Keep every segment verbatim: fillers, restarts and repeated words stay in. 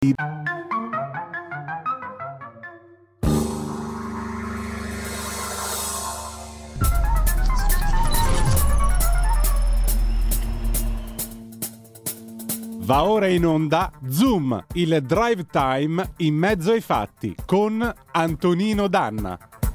Va ora in onda Zoom, il drive time in mezzo ai fatti, con Antonino Danna.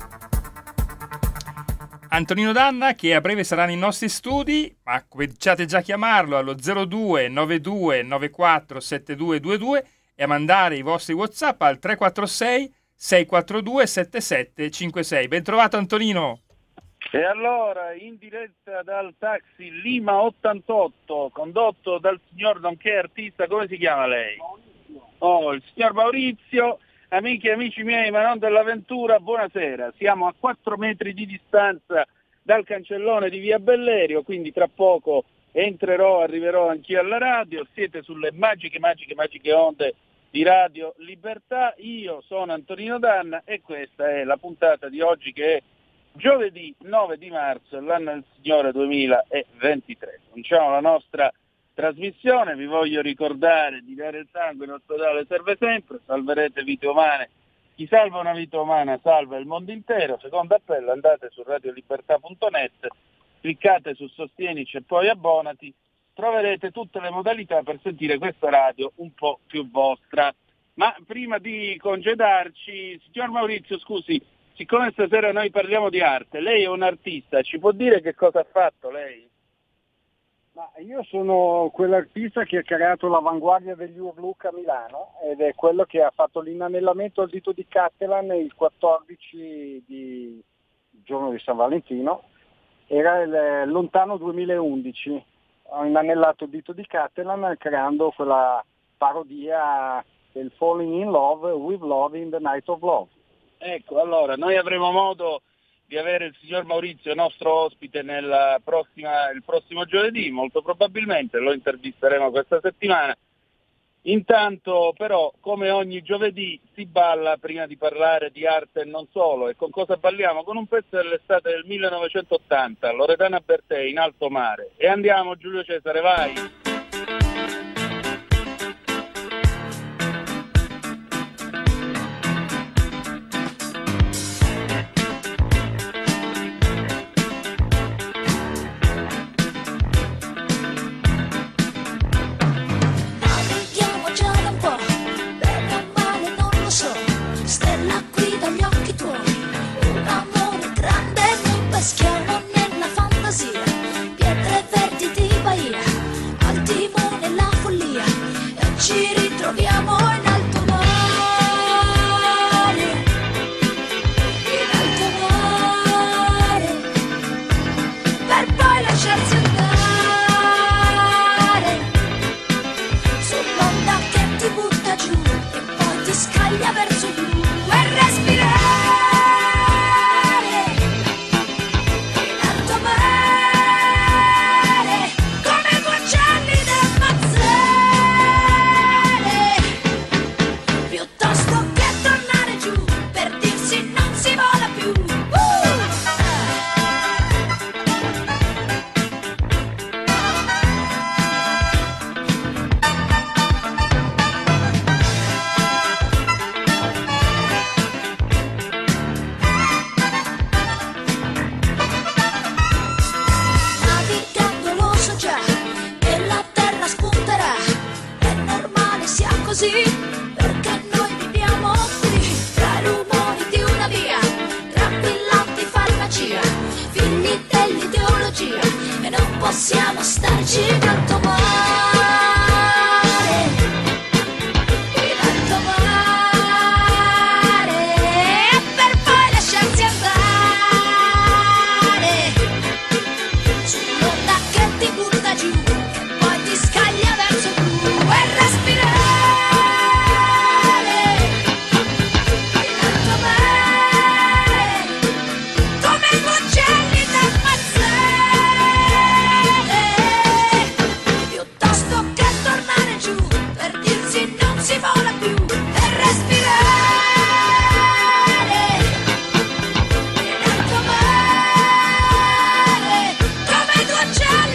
Antonino Danna, che a breve sarà nei nostri studi, ma cominciate già a chiamarlo allo zero due nove due nove quattro sette due due due e a mandare i vostri WhatsApp al tre quattro sei sei quattro due sette sette cinque sei. Ben trovato Antonino! E allora, in diretta dal taxi Lima ottantotto, condotto dal signor nonché artista, come si chiama lei? Maurizio. Oh, il signor Maurizio, amiche e amici miei, ma non dell'avventura, buonasera. Siamo a quattro metri di distanza dal cancellone di Via Bellerio, quindi tra poco entrerò, arriverò anch'io alla radio. Siete sulle magiche, magiche, magiche onde di Radio Libertà. Io sono Antonino Danna e questa è la puntata di oggi, che è giovedì nove di marzo, l'anno del Signore duemilaventitré. Cominciamo la nostra trasmissione. Vi voglio ricordare di dare il sangue, in ospedale serve sempre, salverete vite umane. Chi salva una vita umana salva il mondo intero. Secondo appello, andate su radiolibertà punto net, cliccate su Sostienici e poi abbonati, troverete tutte le modalità per sentire questa radio un po' più vostra. Ma prima di congedarci, signor Maurizio, scusi, siccome stasera noi parliamo di arte, lei è un artista, ci può dire che cosa ha fatto lei? Ma io sono quell'artista che ha creato l'avanguardia degli Urluc a Milano ed è quello che ha fatto l'inanellamento al dito di Cattelan il quattordici di il giorno di San Valentino. Era il lontano duemilaundici. Ho inanellato il dito di Cattelan creando quella parodia del Falling in Love with Love in the Night of Love. Ecco, allora, noi avremo modo di avere il signor Maurizio nostro ospite nella prossima, il prossimo giovedì, molto probabilmente, lo intervisteremo questa settimana. Intanto però, come ogni giovedì, si balla prima di parlare di arte e non solo. E con cosa balliamo? Con un pezzo dell'estate del millenovecentottanta, Loredana Bertè, In alto mare. E andiamo, Giulio Cesare, vai! Schiamo nella fantasia, pietre verdi di Bahia, al timone la follia, e ci ritroviamo in alto mare, in alto mare, per poi lasciarsi andare, sull'onda che ti butta giù e poi ti scaglia verso giù e respirare. Perché noi viviamo qui, tra i rumori di una via, tra piloti farmacia, figli dell'ideologia, e non possiamo starci in alto mare, in alto mare, per poi lasciarsi andare, sull'onda che ti butta giù, e poi ti scaglia verso giù e respirare.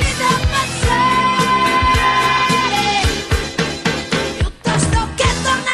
Tornare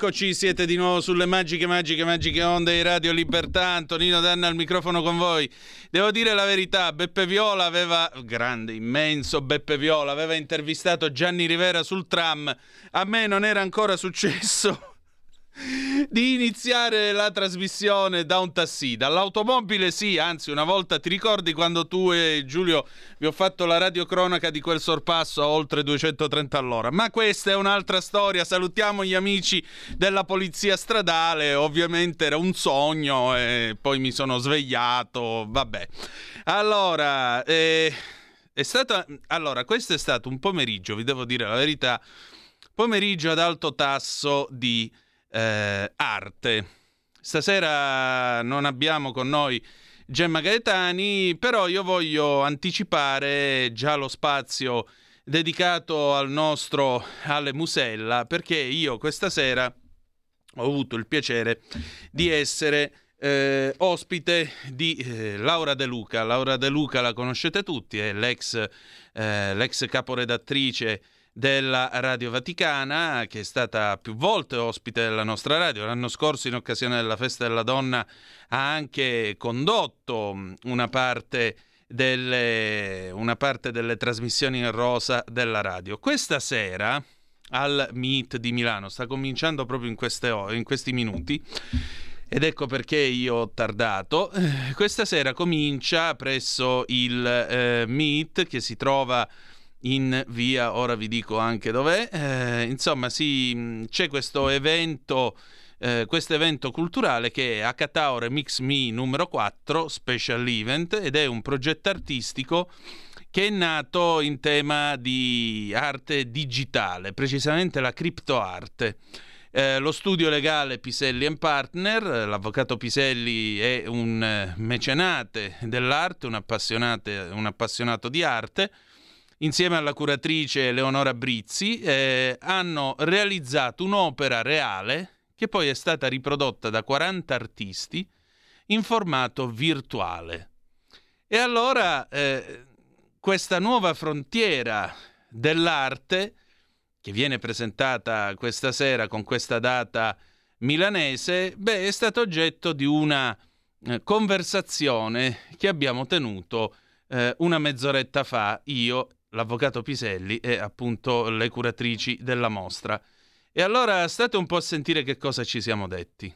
eccoci, siete di nuovo sulle magiche, magiche, magiche onde di Radio Libertà. Antonino Danna al microfono con voi. Devo dire la verità, Beppe Viola aveva, grande, immenso Beppe Viola, aveva intervistato Gianni Rivera sul tram. A me non era ancora successo di iniziare la trasmissione da un taxi, dall'automobile sì, anzi una volta ti ricordi quando tu e Giulio vi ho fatto la radiocronaca di quel sorpasso a oltre duecentotrenta all'ora, ma questa è un'altra storia. Salutiamo gli amici della polizia stradale, ovviamente era un sogno e poi mi sono svegliato, vabbè. Allora, eh, è stata, allora questo è stato un pomeriggio, vi devo dire la verità, pomeriggio ad alto tasso di Eh, arte. Stasera non abbiamo con noi Gemma Gaetani, però io voglio anticipare già lo spazio dedicato al nostro Ale Musella, perché io questa sera ho avuto il piacere di essere eh, ospite di eh, Laura De Luca. Laura De Luca la conoscete tutti, è l'ex, eh, l'ex caporedattrice della Radio Vaticana, che è stata più volte ospite della nostra radio. L'anno scorso, in occasione della Festa della Donna, ha anche condotto una parte delle, una parte delle trasmissioni in rosa della radio. Questa sera al Meet di Milano, sta cominciando proprio in, queste ore, in questi minuti, ed ecco perché io ho tardato. Questa sera comincia presso il eh, Meet, che si trova in via, ora vi dico anche dov'è, eh, insomma sì, c'è questo evento, eh, questo evento culturale che è Acatao Remix Me numero quattro, special event, ed è un progetto artistico che è nato in tema di arte digitale, precisamente la criptoarte. Eh, lo studio legale Piselli and Partner, l'avvocato Piselli è un mecenate dell'arte, un appassionato, un appassionato di arte. Insieme alla curatrice Leonora Brizzi eh, hanno realizzato un'opera reale che poi è stata riprodotta da quaranta artisti in formato virtuale. E allora eh, questa nuova frontiera dell'arte, che viene presentata questa sera con questa data milanese, beh, è stato oggetto di una eh, conversazione che abbiamo tenuto eh, una mezz'oretta fa, io, l'avvocato Piselli e appunto le curatrici della mostra. E allora state un po' a sentire che cosa ci siamo detti.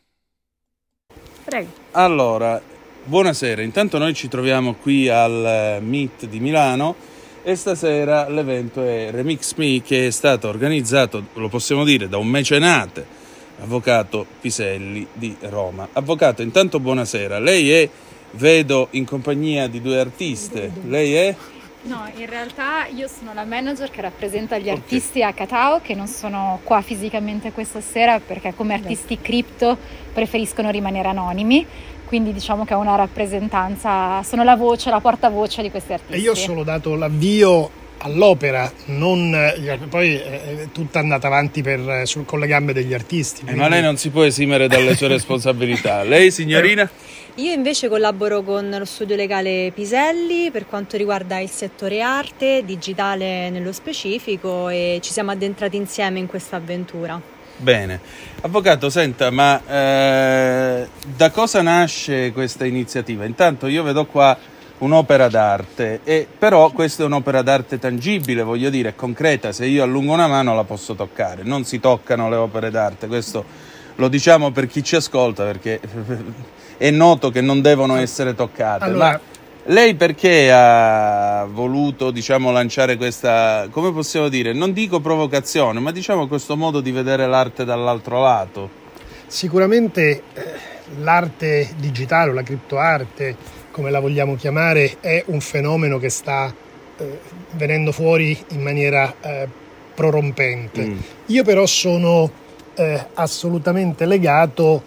Prego. Allora, buonasera. Intanto noi ci troviamo qui al Meet di Milano e stasera l'evento è Remix Me, che è stato organizzato, lo possiamo dire, da un mecenate, avvocato Piselli di Roma. Avvocato, intanto buonasera. Lei è, vedo, in compagnia di due artiste. Lei è? No, in realtà io sono la manager che rappresenta gli artisti a Acatao, che non sono qua fisicamente questa sera perché come artisti cripto preferiscono rimanere anonimi, quindi diciamo che è una rappresentanza, sono la voce, la portavoce di questi artisti. E io ho solo dato l'avvio all'opera, non poi è tutta andata avanti per, sul, con le gambe degli artisti. Eh, ma lei non si può esimere dalle sue responsabilità. Lei, signorina? Io invece collaboro con lo studio legale Piselli per quanto riguarda il settore arte, digitale nello specifico, e ci siamo addentrati insieme in questa avventura. Bene. Avvocato, senta, ma eh, da cosa nasce questa iniziativa? Intanto io vedo qua un'opera d'arte, e però questa è un'opera d'arte tangibile, voglio dire, concreta. Se io allungo una mano la posso toccare, non si toccano le opere d'arte, questo lo diciamo per chi ci ascolta, perché è noto che non devono essere toccate. Allora, ma lei perché ha voluto, diciamo, lanciare questa, come possiamo dire, non dico provocazione, ma diciamo questo modo di vedere l'arte dall'altro lato? Sicuramente eh, l'arte digitale o la criptoarte, come la vogliamo chiamare, è un fenomeno che sta eh, venendo fuori in maniera eh, prorompente. Mm. Io però sono eh, assolutamente legato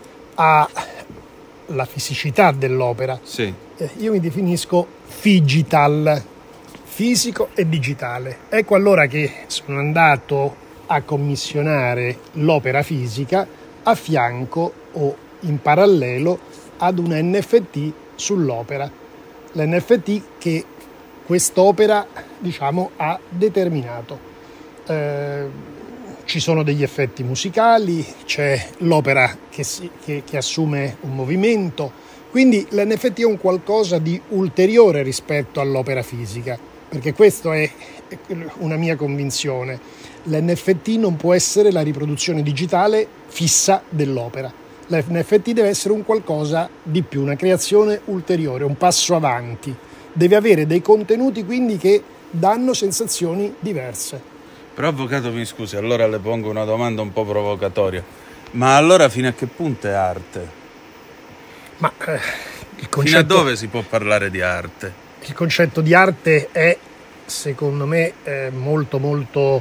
alla fisicità dell'opera. Sì. Eh, io mi definisco figital, fisico e digitale. Ecco allora che sono andato a commissionare l'opera fisica a fianco o in parallelo ad un N F T sull'opera, l'N F T che quest'opera, diciamo, ha determinato. Eh, ci sono degli effetti musicali, c'è l'opera che, si, che, che assume un movimento, quindi l'N F T è un qualcosa di ulteriore rispetto all'opera fisica, perché questa è una mia convinzione. L'N F T non può essere la riproduzione digitale fissa dell'opera. L'N F T deve essere un qualcosa di più, una creazione ulteriore, un passo avanti. Deve avere dei contenuti quindi che danno sensazioni diverse. Però avvocato, mi scusi, allora le pongo una domanda un po' provocatoria. Ma allora fino a che punto è arte? Ma eh, il concetto, fino a dove si può parlare di arte? Il concetto di arte è, secondo me, eh, molto molto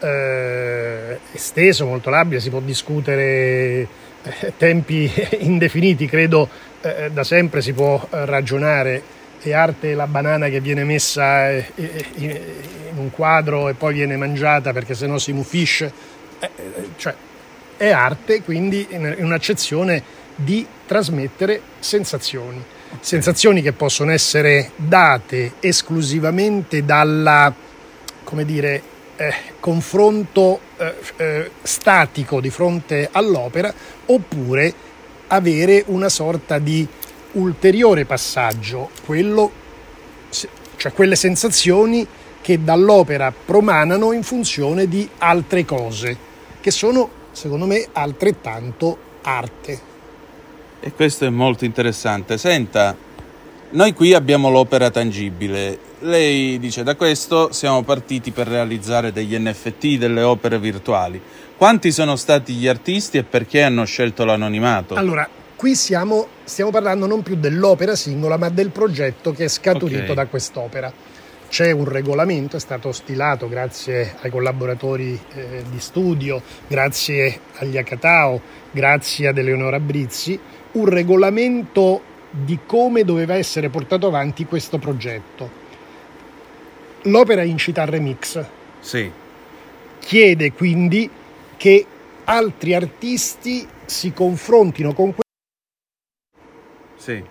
eh, esteso, molto labile, si può discutere eh, tempi indefiniti, credo eh, da sempre si può eh, ragionare. È arte la banana che viene messa eh, in un quadro e poi viene mangiata perché sennò si muffisce, eh, cioè è arte quindi in un'accezione di trasmettere sensazioni, okay. Sensazioni che possono essere date esclusivamente dalla, come dire, eh, confronto eh, eh, statico di fronte all'opera, oppure avere una sorta di ulteriore passaggio, quello, cioè quelle sensazioni che dall'opera promanano in funzione di altre cose, che sono, secondo me, altrettanto arte. E questo è molto interessante. Senta, noi qui abbiamo l'opera tangibile. Lei dice, da questo siamo partiti per realizzare degli N F T, delle opere virtuali. Quanti sono stati gli artisti e perché hanno scelto l'anonimato? Allora, qui siamo, stiamo parlando non più dell'opera singola, ma del progetto che è scaturito okay. da quest'opera. C'è un regolamento, è stato stilato grazie ai collaboratori eh, di studio, grazie agli Acatao, grazie ad Eleonora Brizzi, un regolamento di come doveva essere portato avanti questo progetto. L'opera è in città remix. Sì. Chiede quindi che altri artisti si confrontino con questo. Sì.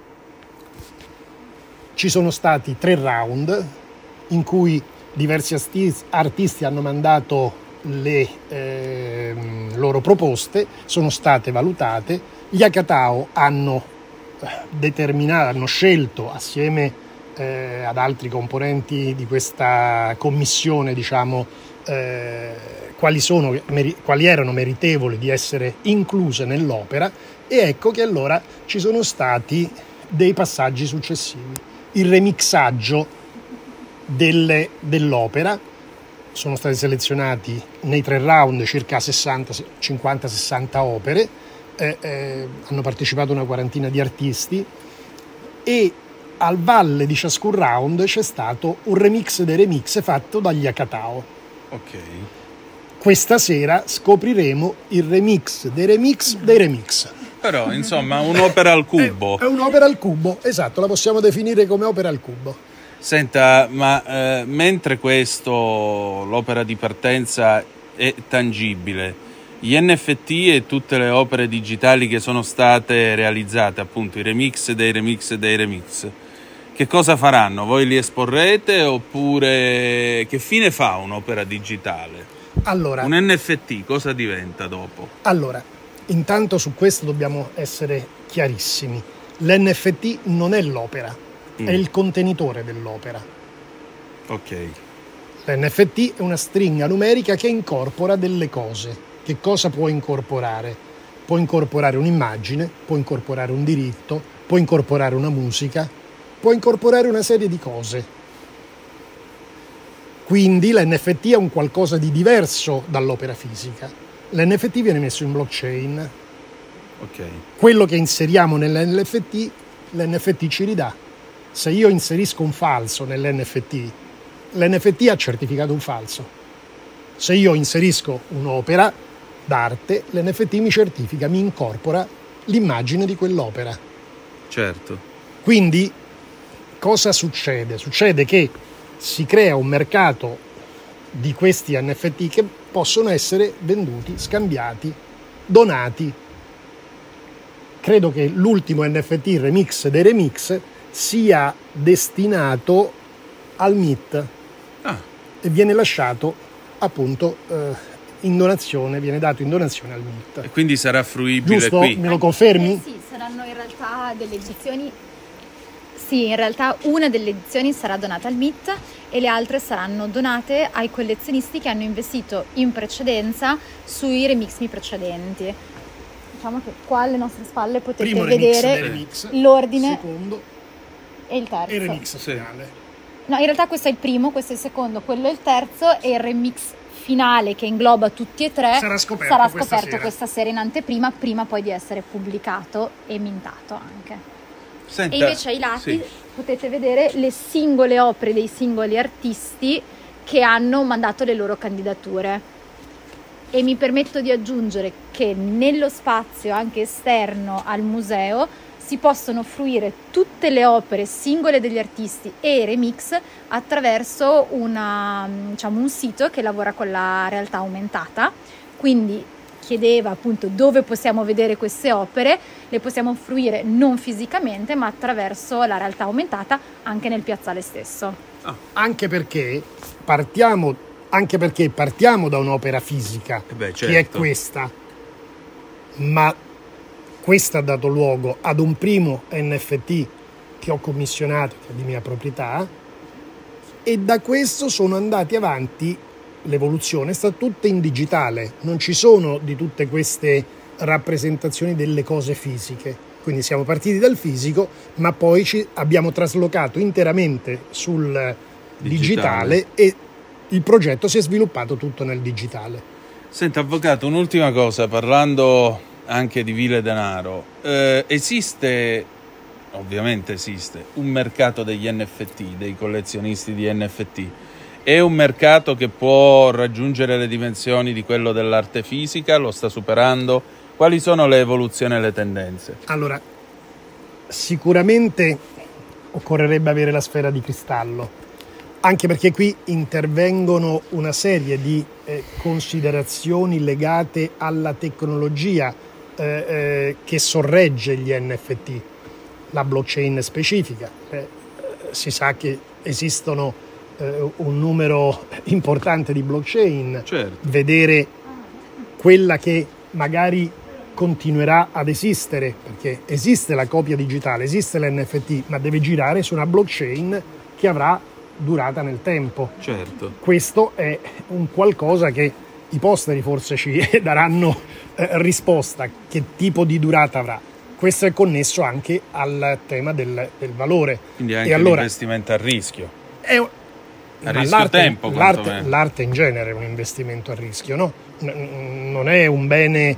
Ci sono stati tre round in cui diversi artisti hanno mandato le eh, loro proposte, sono state valutate. Gli Acatao hanno determinato, hanno scelto assieme eh, ad altri componenti di questa commissione, diciamo, eh, quali sono, meri, quali erano meritevoli di essere incluse nell'opera, e ecco che allora ci sono stati dei passaggi successivi. Il remixaggio delle, dell'opera, sono stati selezionati nei tre round circa sessanta, cinquanta sessanta opere. Eh, eh, hanno partecipato una quarantina di artisti e al valle di ciascun round c'è stato un remix dei remix fatto dagli Acatao. Ok. Questa sera scopriremo il remix dei remix dei remix. Però, insomma, un'opera al cubo. È, è un'opera al cubo, esatto, la possiamo definire come opera al cubo. Senta, ma eh, mentre questo, l'opera di partenza è tangibile, gli N F T e tutte le opere digitali che sono state realizzate, appunto i remix dei remix dei remix, che cosa faranno? Voi li esporrete oppure che fine fa un'opera digitale? Allora, un N F T cosa diventa dopo? Allora, intanto su questo dobbiamo essere chiarissimi. L'N F T non è l'opera, mm. è il contenitore dell'opera. Ok. L'N F T è una stringa numerica che incorpora delle cose. Che cosa può incorporare? Può incorporare un'immagine, può incorporare un diritto, può incorporare una musica, può incorporare una serie di cose. Quindi l'N F T è un qualcosa di diverso dall'opera fisica. L'N F T viene messo in blockchain. Ok. Quello che inseriamo nell'N F T, l'N F T ci ridà. Se io inserisco un falso nell'N F T, l'N F T ha certificato un falso. Se io inserisco un'opera d'arte, l'N F T mi certifica, mi incorpora l'immagine di quell'opera. Certo. Quindi cosa succede? Succede che si crea un mercato di questi N F T che possono essere venduti, scambiati, donati. Credo che l'ultimo N F T remix dei remix sia destinato al M I T ah. e viene lasciato appunto eh, in donazione, viene dato in donazione al M I T. E quindi sarà fruibile Giusto? qui? Me lo confermi? Eh sì, saranno in realtà delle edizioni. Sì, in realtà una delle edizioni sarà donata al M I T e le altre saranno donate ai collezionisti che hanno investito in precedenza sui remix precedenti. Diciamo che qua alle nostre spalle potete Primo remix vedere del remix, l'ordine secondo e il terzo. e il remix Sì. finale. No, in realtà questo è il primo, questo è il secondo, quello è il terzo e il remix finale che ingloba tutti e tre Sarà scoperto sarà questa scoperto sera. questa sera in anteprima, prima poi di essere pubblicato e mintato anche. Senta, E invece ai lati sì. potete vedere le singole opere dei singoli artisti che hanno mandato le loro candidature. E mi permetto di aggiungere che nello spazio anche esterno al museo si possono fruire tutte le opere singole degli artisti e i remix attraverso una, diciamo, un sito che lavora con la realtà aumentata. Quindi chiedeva appunto dove possiamo vedere queste opere, le possiamo fruire non fisicamente ma attraverso la realtà aumentata anche nel piazzale stesso. Anche perché partiamo, anche perché partiamo da un'opera fisica, Eh beh, che è certo. questa, ma questa ha dato luogo ad un primo N F T che ho commissionato, che è di mia proprietà, e da questo sono andati avanti. L'evoluzione sta tutta in digitale, non ci sono di tutte queste rappresentazioni delle cose fisiche, quindi siamo partiti dal fisico ma poi ci abbiamo traslocato interamente sul digitale, Digitale. e il progetto si è sviluppato tutto nel digitale. Senta, avvocato, un'ultima cosa, parlando anche di vile denaro, eh, esiste, ovviamente esiste, un mercato degli N F T, dei collezionisti di N F T? È un mercato che può raggiungere le dimensioni di quello dell'arte fisica? Lo sta superando? Quali sono le evoluzioni e le tendenze? Allora, sicuramente occorrerebbe avere la sfera di cristallo, anche perché qui intervengono una serie di eh, considerazioni legate alla tecnologia eh, eh, che sorregge gli N F T, la blockchain specifica. Eh, si sa che esistono un numero importante di blockchain, Certo. vedere quella che magari continuerà ad esistere, perché esiste la copia digitale, esiste l'N F T, ma deve girare su una blockchain che avrà durata nel tempo. Certo. Questo è un qualcosa che i posteri forse ci daranno eh, risposta, che tipo di durata avrà. Questo è connesso anche al tema del, del valore. Quindi anche e allora, l'investimento a rischio. È, A ma rischio l'arte, tempo, l'arte, quantomeno. l'arte in genere è un investimento a rischio, no? N- non è un bene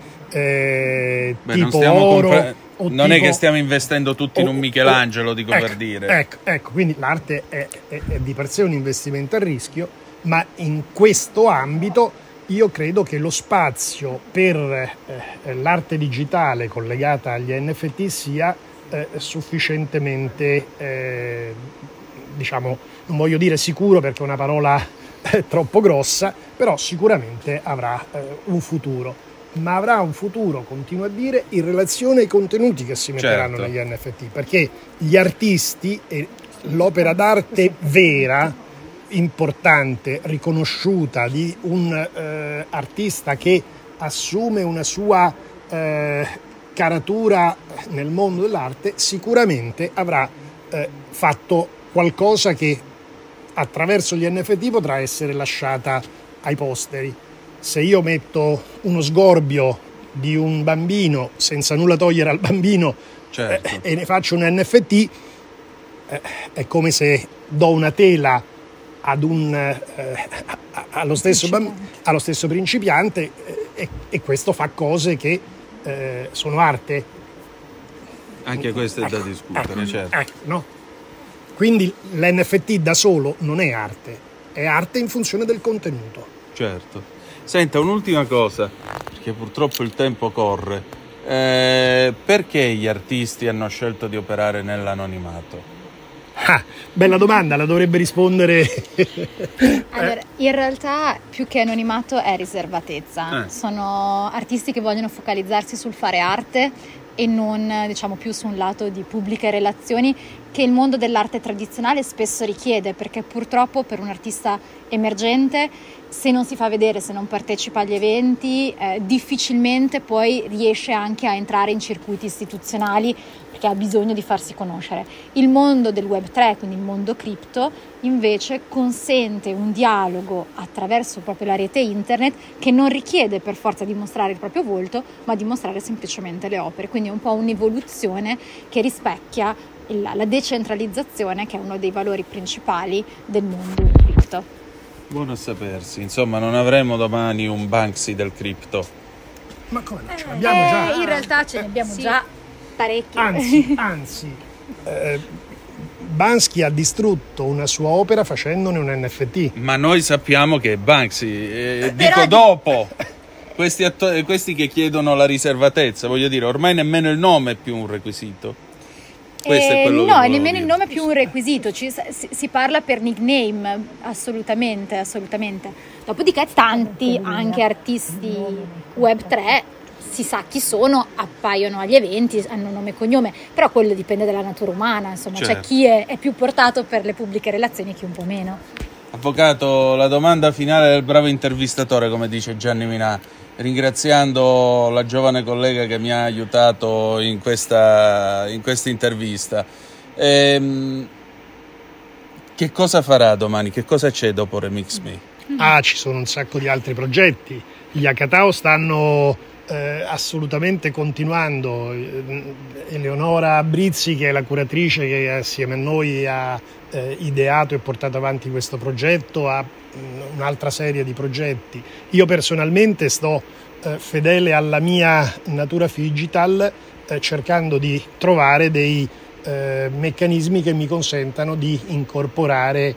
eh, Beh, non tipo stiamo oro. compra- o non è tipo- che stiamo investendo tutti in o- un Michelangelo, o- dico ecco, per dire. Ecco, ecco, quindi l'arte è, è- è di per sé un investimento a rischio, ma in questo ambito io credo che lo spazio per eh, l'arte digitale collegata agli N F T sia eh, sufficientemente, eh, diciamo, non voglio dire sicuro perché è una parola eh, troppo grossa, però sicuramente avrà eh, un futuro. Ma avrà un futuro, continuo a dire, in relazione ai contenuti che si metteranno Certo. negli N F T, perché gli artisti e l'opera d'arte vera, importante, riconosciuta di un eh, artista che assume una sua eh, caratura nel mondo dell'arte, sicuramente avrà eh, fatto qualcosa che attraverso gli N F T potrà essere lasciata ai posteri. Se io metto uno sgorbio di un bambino senza nulla togliere al bambino Certo. eh, e ne faccio un N F T, eh, è come se do una tela ad un, eh, a- allo, stesso bamb- allo stesso principiante eh, e, e questo fa cose che eh, sono arte. Anche questo è da Ecco, discutere, ecco, certo. ecco, no? Quindi l'N F T da solo non è arte, è arte in funzione del contenuto. Certo. Senta, un'ultima cosa, perché purtroppo il tempo corre. Eh, perché gli artisti hanno scelto di operare nell'anonimato? Ah, bella domanda, la dovrebbe rispondere. Allora, in realtà più che anonimato è riservatezza. Eh. Sono artisti che vogliono focalizzarsi sul fare arte e non diciamo più su un lato di pubbliche relazioni che il mondo dell'arte tradizionale spesso richiede, perché purtroppo per un artista emergente, se non si fa vedere, se non partecipa agli eventi, eh, difficilmente poi riesce anche a entrare in circuiti istituzionali, perché ha bisogno di farsi conoscere. Il mondo del web tre, quindi il mondo cripto, invece consente un dialogo attraverso proprio la rete internet che non richiede per forza di mostrare il proprio volto, ma di mostrare semplicemente le opere. Quindi è un po' un'evoluzione che rispecchia il, la decentralizzazione, che è uno dei valori principali del mondo cripto. Buono a sapersi, insomma non avremo domani un Banksy del cripto. Ma come no? Ce l'abbiamo già. Eh, in realtà ce ne abbiamo Sì. già parecchi. Anzi, anzi eh, Banksy ha distrutto una sua opera facendone un N F T. Ma noi sappiamo che è Banksy, eh, dico Però- dopo. Questi, atto- questi che chiedono la riservatezza, voglio dire, ormai nemmeno il nome è più un requisito. Questo Eh, è quello che no, volevo nemmeno il dire. nome è più un requisito, ci- si, si parla per nickname, assolutamente, assolutamente. Dopodiché tanti anche artisti web tre, si sa chi sono, appaiono agli eventi, hanno nome e cognome, però quello dipende dalla natura umana, insomma, c'è Certo. chi è, è più portato per le pubbliche relazioni e chi un po' meno. Avvocato, la domanda finale del bravo intervistatore, come dice Gianni Minà, ringraziando la giovane collega che mi ha aiutato in questa, in questa intervista. Ehm, che cosa farà domani? Che cosa c'è dopo Remix Me? Ah, ci sono un sacco di altri progetti. Gli Akatao stanno eh, assolutamente continuando. Eh, Eleonora Brizzi, che è la curatrice che assieme a noi ha eh, ideato e portato avanti questo progetto, ha mh, un'altra serie di progetti. Io personalmente sto eh, fedele alla mia natura digital, eh, cercando di trovare dei eh, meccanismi che mi consentano di incorporare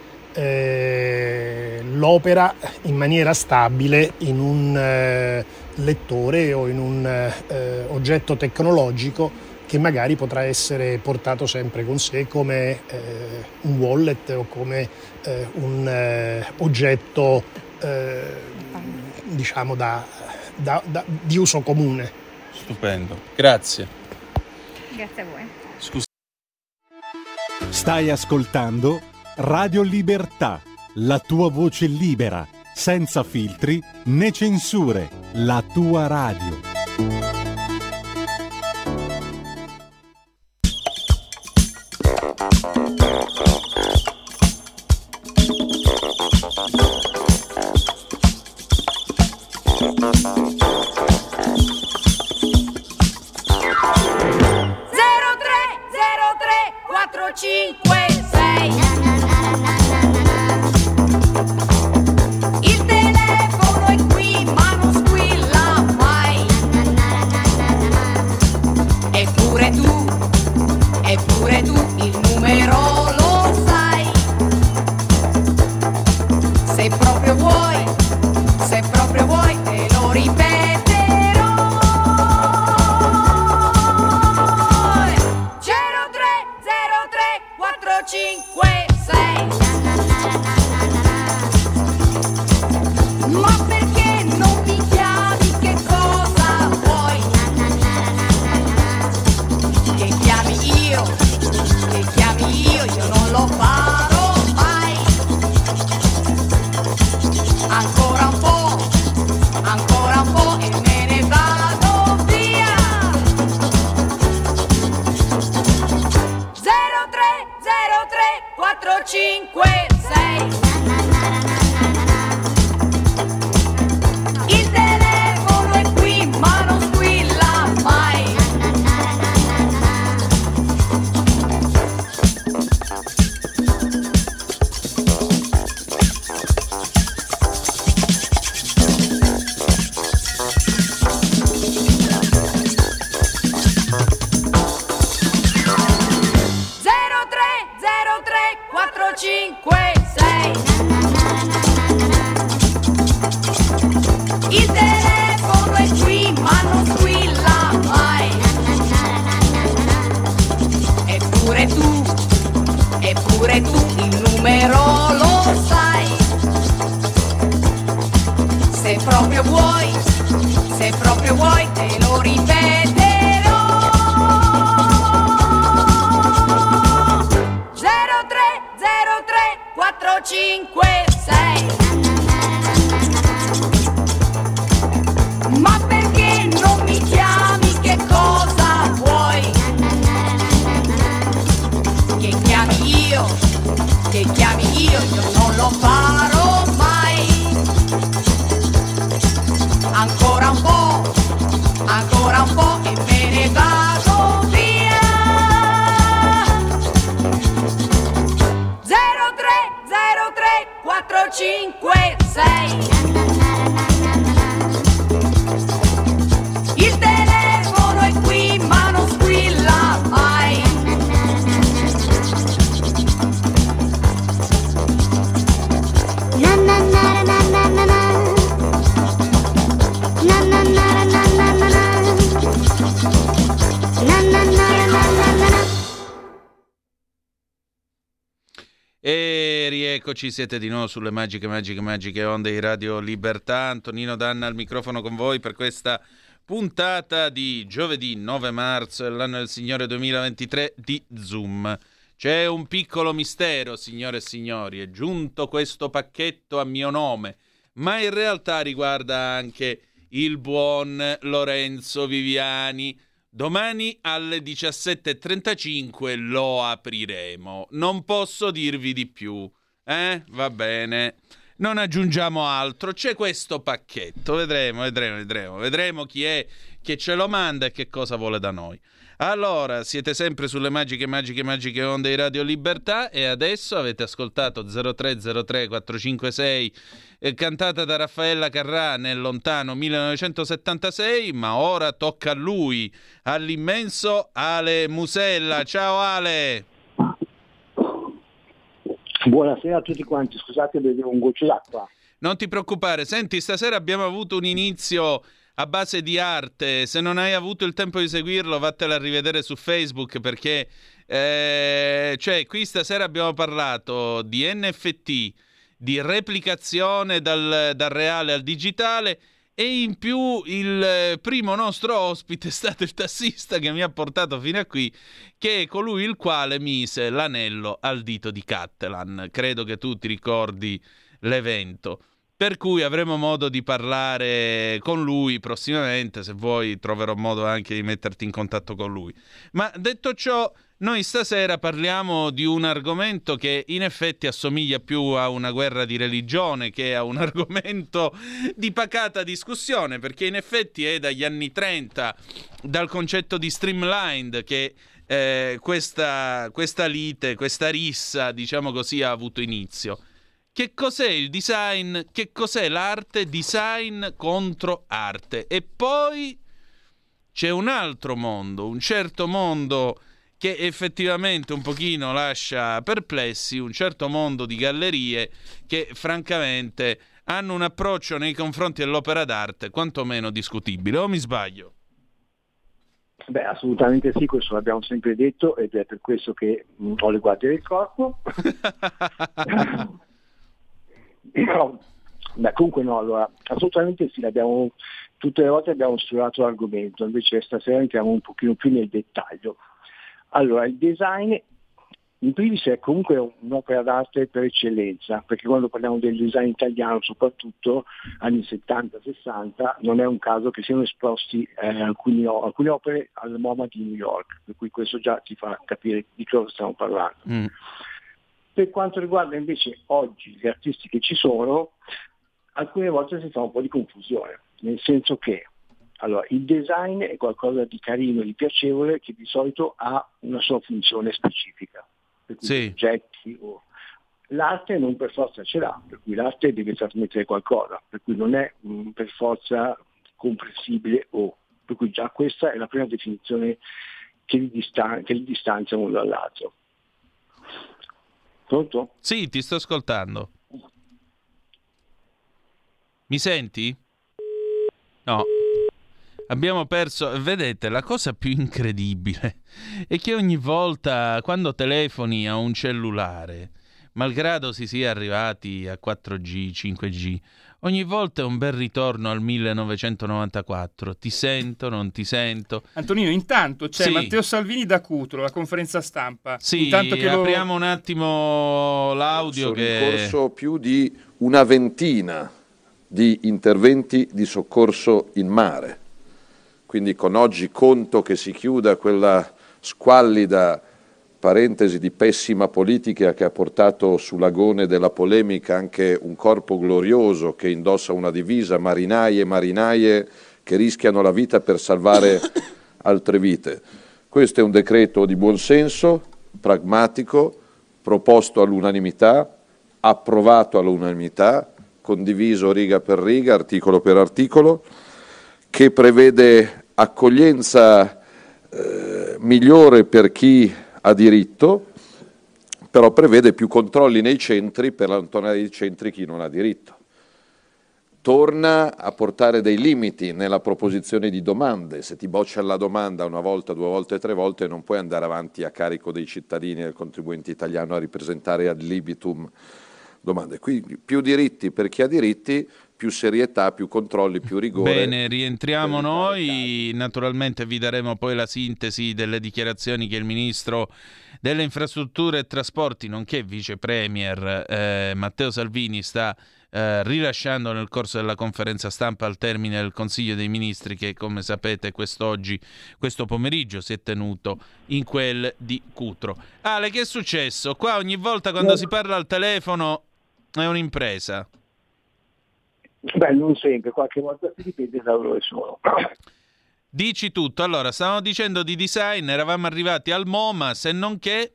eh, l'opera in maniera stabile in un eh, lettore o in un eh, oggetto tecnologico che magari potrà essere portato sempre con sé come eh, un wallet o come eh, un eh, oggetto eh, diciamo da, da, da, di uso comune. Stupendo, grazie. Grazie a voi. Scusa. Stai ascoltando Radio Libertà, la tua voce libera, senza filtri né censure, la tua radio. zero tre zero tre quattro cinque sei. Il telefono è qui ma non squilla mai. Eppure tu, eppure tu il numero lo sai. Se proprio vuoi, se proprio vuoi te lo ripeterò. zero tre zero tre quattro cinque sei. Ma perché non mi chiami, che cosa vuoi? Che chiami io, che chiami io, io non lo farò mai. Ancora un po', ancora un po' e me ne vado via. zero tre zero tre quattro cinque sei. Il telefono è qui ma non squilla mai. zero tre zero tre quattro cinque sei. Il telefono è qui ma non squilla mai. Eppure tu, eppure tu il numero lo sai. Se proprio vuoi, se proprio vuoi te lo ripeterò. chiami io, che chiami io, io non lo farò mai. Ancora un po', ancora un po' e me ne vado via. Zero tre zero tre quattro cinque sei. Il telefono è qui ma non squilla mai. Na na na na na na na. Na na na na na na na. Na na na na na na na. E rieccoci, siete di nuovo sulle magiche, magiche, magiche onde di Radio Libertà. Antonino Danna al microfono con voi per questa puntata di giovedì nove marzo dell'anno del Signore duemilaventitré di Zoom. C'è un piccolo mistero, signore e signori, è giunto questo pacchetto a mio nome, ma in realtà riguarda anche il buon Lorenzo Viviani. Domani alle diciassette e trentacinque lo apriremo. Non posso dirvi di più. Eh? Va bene. Non aggiungiamo altro. C'è questo pacchetto. Vedremo, vedremo, vedremo. Vedremo chi è che ce lo manda e che cosa vuole da noi. Allora, siete sempre sulle magiche, magiche, magiche onde di Radio Libertà e adesso avete ascoltato zero tre zero tre quattro cinque sei eh, cantata da Raffaella Carrà nel lontano millenovecentosettantasei, ma ora tocca a lui, all'immenso Ale Musella. Ciao Ale! Buonasera a tutti quanti, scusate, bevevo un goccio d'acqua. Non ti preoccupare, senti, stasera abbiamo avuto un inizio a base di arte. Se non hai avuto il tempo di seguirlo, vattela a rivedere su Facebook, perché eh, cioè qui stasera abbiamo parlato di N F T, di replicazione dal, dal reale al digitale, e in più il primo nostro ospite è stato il tassista che mi ha portato fino a qui, che è colui il quale mise l'anello al dito di Cattelan. Credo che tu ti ricordi l'evento. Per cui avremo modo di parlare con lui prossimamente, se vuoi troverò modo anche di metterti in contatto con lui. Ma detto ciò, noi stasera parliamo di un argomento che in effetti assomiglia più a una guerra di religione che a un argomento di pacata discussione, perché in effetti è dagli anni trenta, dal concetto di streamlined, che eh, questa, questa lite, questa rissa, diciamo così, ha avuto inizio. Che cos'è il design? Che cos'è l'arte? Design contro arte. E poi c'è un altro mondo, un certo mondo che effettivamente un pochino lascia perplessi, un certo mondo di gallerie che francamente hanno un approccio nei confronti dell'opera d'arte quantomeno discutibile. O mi sbaglio? Beh, assolutamente sì, questo l'abbiamo sempre detto ed è per questo che mh, ho le guardie del corpo. No, beh, comunque no, allora, assolutamente sì, abbiamo, tutte le volte abbiamo studiato l'argomento, invece stasera entriamo un pochino più nel dettaglio. Allora, il design in primis è comunque un'opera d'arte per eccellenza, perché quando parliamo del design italiano, soprattutto anni settanta sessanta, non è un caso che siano esposti eh, alcuni, alcune opere al MoMA di New York, per cui questo già ti fa capire di cosa stiamo parlando. Mm. Per quanto riguarda invece oggi gli artisti che ci sono, alcune volte si fa un po' di confusione, nel senso che allora, il design è qualcosa di carino, di piacevole, che di solito ha una sua funzione specifica, per cui sì. Oggetti o... L'arte non per forza ce l'ha, per cui l'arte deve trasmettere qualcosa, per cui non è mh, per forza comprensibile o, per cui già questa è la prima definizione che li, distan- che li distanzia uno dall'altro. Pronto? Sì, ti sto ascoltando. Mi senti? No. Abbiamo perso. Vedete, la cosa più incredibile è che ogni volta quando telefoni a un cellulare, malgrado si sia arrivati a quattro G, cinque G, ogni volta è un bel ritorno al millenovecentonovantaquattro. Ti sento, non ti sento. Antonino, intanto c'è sì. Matteo Salvini da Cutro, la conferenza stampa. Sì, intanto che apriamo lo... un attimo l'audio. Sono che... in corso più di una ventina di interventi di soccorso in mare. Quindi con oggi conto che si chiuda quella squallida parentesi di pessima politica che ha portato sull'agone della polemica anche un corpo glorioso che indossa una divisa, marinai e marinaie che rischiano la vita per salvare altre vite. Questo è un decreto di buonsenso, pragmatico, proposto all'unanimità, approvato all'unanimità, condiviso riga per riga, articolo per articolo, che prevede accoglienza eh, migliore per chi ha diritto, però prevede più controlli nei centri per allontanare dai centri chi non ha diritto. Torna a portare dei limiti nella proposizione di domande. Se ti boccia la domanda una volta, due volte, tre volte, non puoi andare avanti a carico dei cittadini e del contribuente italiano a ripresentare ad libitum domande. Quindi più diritti per chi ha diritti, più serietà, più controlli, più rigore. Bene, rientriamo noi, naturalmente vi daremo poi la sintesi delle dichiarazioni che il Ministro delle Infrastrutture e Trasporti, nonché Vice Premier eh, Matteo Salvini sta eh, rilasciando nel corso della conferenza stampa al termine del Consiglio dei Ministri che, come sapete, quest'oggi, questo pomeriggio si è tenuto in quel di Cutro. Ale, che è successo? Qua ogni volta quando si parla al telefono è un'impresa. Beh, non sempre, qualche volta si dipende da dove sono. Dici tutto. Allora, stavamo dicendo di design, eravamo arrivati al MoMA, se non che...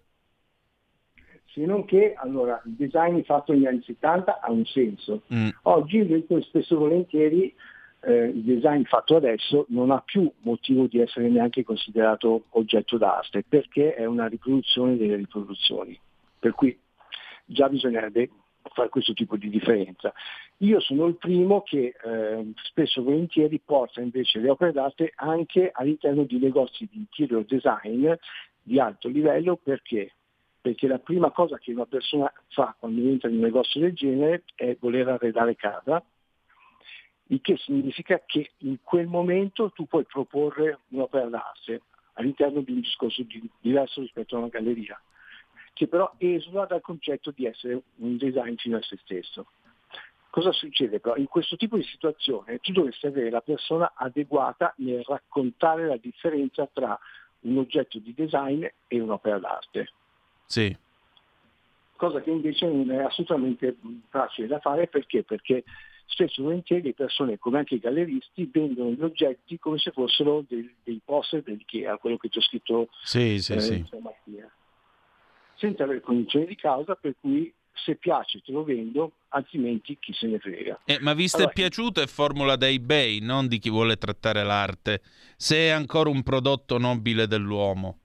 Se non che, allora, il design fatto negli anni settanta ha un senso. Mm. Oggi, invece, spesso e volentieri, eh, il design fatto adesso non ha più motivo di essere neanche considerato oggetto d'arte, perché è una riproduzione delle riproduzioni. Per cui già bisognerebbe fare questo tipo di differenza. Io sono il primo che eh, spesso e volentieri porta invece le opere d'arte anche all'interno di negozi di interior design di alto livello. Perché? Perché la prima cosa che una persona fa quando entra in un negozio del genere è voler arredare casa, il che significa che in quel momento tu puoi proporre un'opera d'arte all'interno di un discorso di, diverso rispetto a una galleria, che però esula dal concetto di essere un design fino a se stesso. Cosa succede però? In questo tipo di situazione tu dovresti avere la persona adeguata nel raccontare la differenza tra un oggetto di design e un'opera d'arte. Sì. Cosa che invece non è assolutamente facile da fare. Perché? Perché spesso e volentieri le persone, come anche i galleristi, vendono gli oggetti come se fossero dei, dei poster dell'IKEA, quello che ti ho scritto sì, sì, eh, sì. stamattina, senza avere cognizione di causa, per cui se piace te lo vendo, altrimenti chi se ne frega. Eh, ma visto allora, è piaciuto è formula da eBay, non di chi vuole trattare l'arte, se è ancora un prodotto nobile dell'uomo.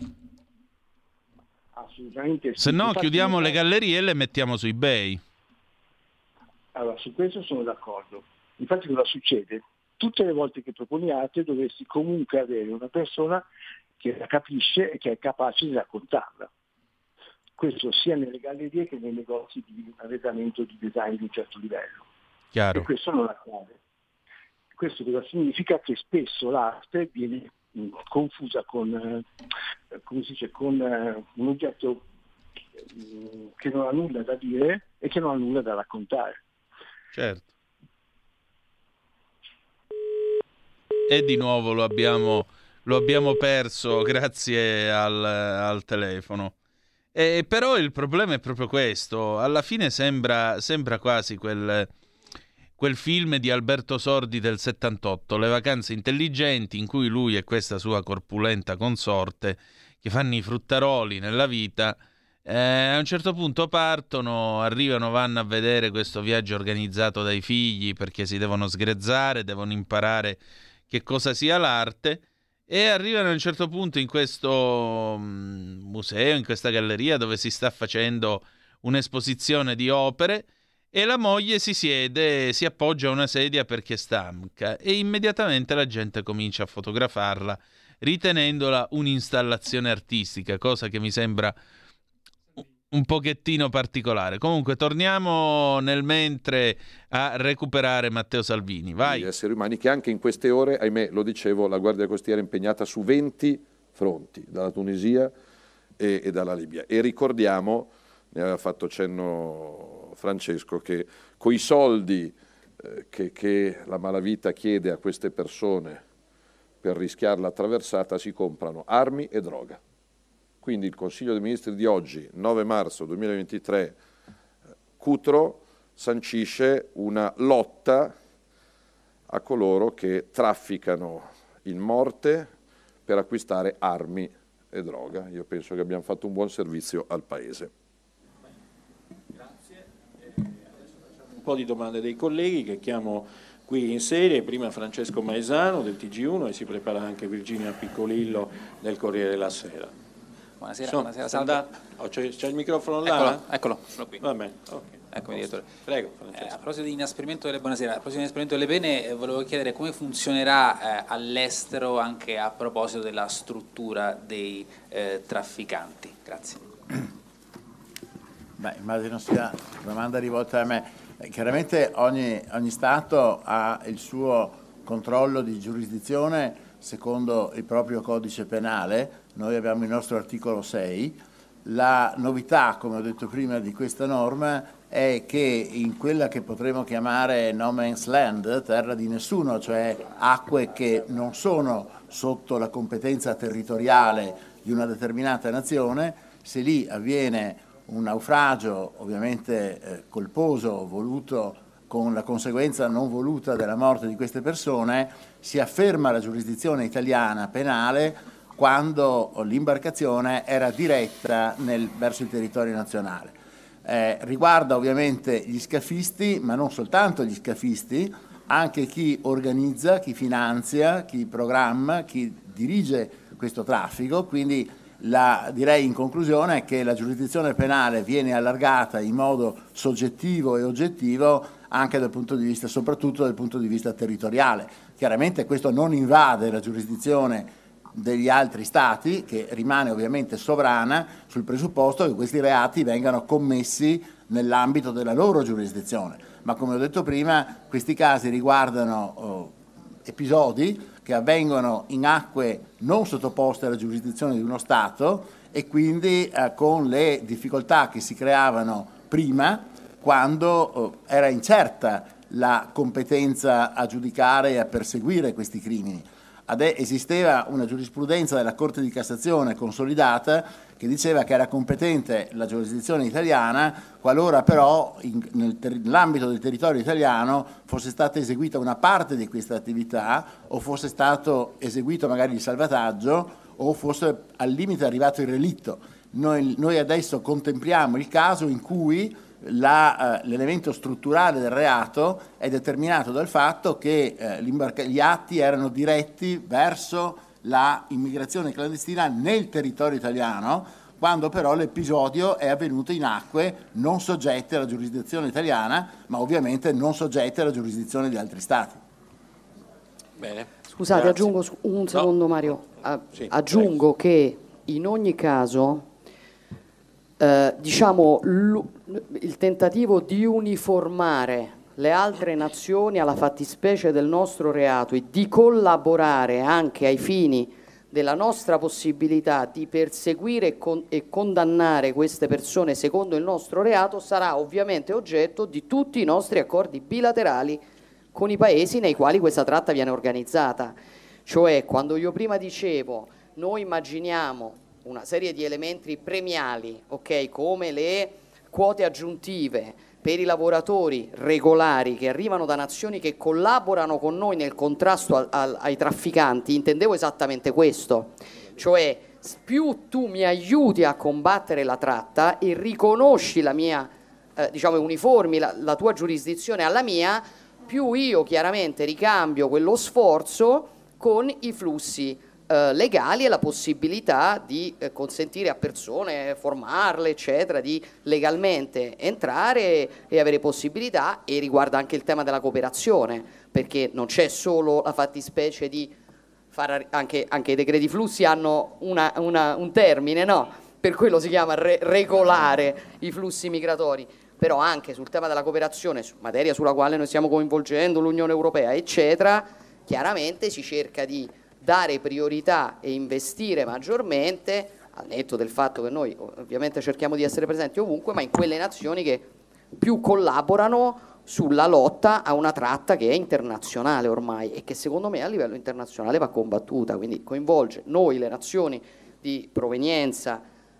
Assolutamente sì. Se no Infatti, chiudiamo le gallerie e le mettiamo su eBay. Allora, su questo sono d'accordo. Infatti cosa succede? Tutte le volte che proponi arte dovresti comunque avere una persona che la capisce e che è capace di raccontarla. Questo sia nelle gallerie che nei negozi di arredamento di design di un certo livello. Chiaro. E questo non accade. Questo cosa significa? Che spesso l'arte viene mh, confusa con, eh, come si dice, con eh, un oggetto mh, che non ha nulla da dire e che non ha nulla da raccontare. Certo. E di nuovo lo abbiamo, lo abbiamo perso grazie al, al telefono. E però il problema è proprio questo. Alla fine sembra, sembra quasi quel, quel film di Alberto Sordi del settantotto, Le vacanze intelligenti, in cui lui e questa sua corpulenta consorte che fanno i fruttaroli nella vita, eh, a un certo punto partono, arrivano, vanno a vedere questo viaggio organizzato dai figli perché si devono sgrezzare, devono imparare che cosa sia l'arte. E arrivano a un certo punto in questo museo, in questa galleria dove si sta facendo un'esposizione di opere e la moglie si siede, si appoggia a una sedia perché stanca e immediatamente la gente comincia a fotografarla ritenendola un'installazione artistica, cosa che mi sembra un pochettino particolare. Comunque torniamo nel mentre a recuperare Matteo Salvini. Vai. Gli esseri umani che anche in queste ore, ahimè, lo dicevo, la Guardia Costiera è impegnata su venti fronti, dalla Tunisia e, e dalla Libia. E ricordiamo, ne aveva fatto cenno Francesco, che coi soldi eh, che, che la malavita chiede a queste persone per rischiare la traversata si comprano armi e droga. Quindi il Consiglio dei Ministri di oggi, nove marzo duemilaventitré, Cutro, sancisce una lotta a coloro che trafficano in morte per acquistare armi e droga. Io penso che abbiamo fatto un buon servizio al Paese. Grazie. E adesso facciamo un po' di domande dei colleghi che chiamo qui in serie. Prima Francesco Maesano del T G uno e si prepara anche Virginia Piccolillo del Corriere della Sera. Buonasera, Sono, buonasera, salve. Oh, c'è, c'è il microfono là? Eccolo, eccolo, sono qui. Va bene, ok. Eccomi, direttore. Prego, eh, a proposito di inasprimento delle, buonasera, a proposito di inasprimento delle pene, eh, volevo chiedere come funzionerà eh, all'estero anche a proposito della struttura dei eh, trafficanti. Grazie. Beh, immagino sia una domanda rivolta a me. Eh, chiaramente ogni, ogni Stato ha il suo controllo di giurisdizione secondo il proprio codice penale. Noi abbiamo il nostro articolo sei. La novità, come ho detto prima, di questa norma è che in quella che potremmo chiamare no man's land, terra di nessuno, cioè acque che non sono sotto la competenza territoriale di una determinata nazione, se lì avviene un naufragio ovviamente eh, colposo, voluto con la conseguenza non voluta della morte di queste persone, si afferma la giurisdizione italiana penale quando l'imbarcazione era diretta nel, verso il territorio nazionale. Eh, riguarda ovviamente gli scafisti, ma non soltanto gli scafisti, anche chi organizza, chi finanzia, chi programma, chi dirige questo traffico, quindi la, direi in conclusione che la giurisdizione penale viene allargata in modo soggettivo e oggettivo anche dal punto di vista, soprattutto dal punto di vista territoriale. Chiaramente questo non invade la giurisdizione degli altri stati, che rimane ovviamente sovrana sul presupposto che questi reati vengano commessi nell'ambito della loro giurisdizione. Ma come ho detto prima, questi casi riguardano oh, episodi che avvengono in acque non sottoposte alla giurisdizione di uno Stato e quindi eh, con le difficoltà che si creavano prima, quando oh, era incerta la competenza a giudicare e a perseguire questi crimini. Esisteva una giurisprudenza della Corte di Cassazione consolidata che diceva che era competente la giurisdizione italiana qualora però in, nel ter- nell'ambito del territorio italiano fosse stata eseguita una parte di questa attività o fosse stato eseguito magari il salvataggio o fosse al limite arrivato il relitto. Noi, noi adesso contempliamo il caso in cui La, eh, l'elemento strutturale del reato è determinato dal fatto che eh, gli atti erano diretti verso la immigrazione clandestina nel territorio italiano, quando però l'episodio è avvenuto in acque non soggette alla giurisdizione italiana, ma ovviamente non soggette alla giurisdizione di altri stati. Bene. Scusate, Grazie. aggiungo un secondo, no. Mario. A, sì, aggiungo prego. Che in ogni caso Eh, diciamo il tentativo di uniformare le altre nazioni alla fattispecie del nostro reato e di collaborare anche ai fini della nostra possibilità di perseguire e, con- e condannare queste persone secondo il nostro reato sarà ovviamente oggetto di tutti i nostri accordi bilaterali con i paesi nei quali questa tratta viene organizzata. Cioè, quando io prima dicevo noi immaginiamo una serie di elementi premiali, ok, come le quote aggiuntive per i lavoratori regolari che arrivano da nazioni che collaborano con noi nel contrasto al, al, ai trafficanti, intendevo esattamente questo, cioè più tu mi aiuti a combattere la tratta e riconosci la mia, eh, diciamo, uniformi la, la tua giurisdizione alla mia, più io chiaramente ricambio quello sforzo con i flussi Eh, legali e la possibilità di eh, consentire a persone, formarle, eccetera, di legalmente entrare e avere possibilità, e riguarda anche il tema della cooperazione, perché non c'è solo la fattispecie di fare anche, anche i decreti flussi hanno una, una, un termine, no? Per quello si chiama re- regolare i flussi migratori, però anche sul tema della cooperazione, su materia sulla quale noi stiamo coinvolgendo l'Unione Europea, eccetera, chiaramente si cerca di dare priorità e investire maggiormente, al netto del fatto che noi ovviamente cerchiamo di essere presenti ovunque, ma in quelle nazioni che più collaborano sulla lotta a una tratta che è internazionale ormai e che secondo me a livello internazionale va combattuta, quindi coinvolge noi, le nazioni di provenienza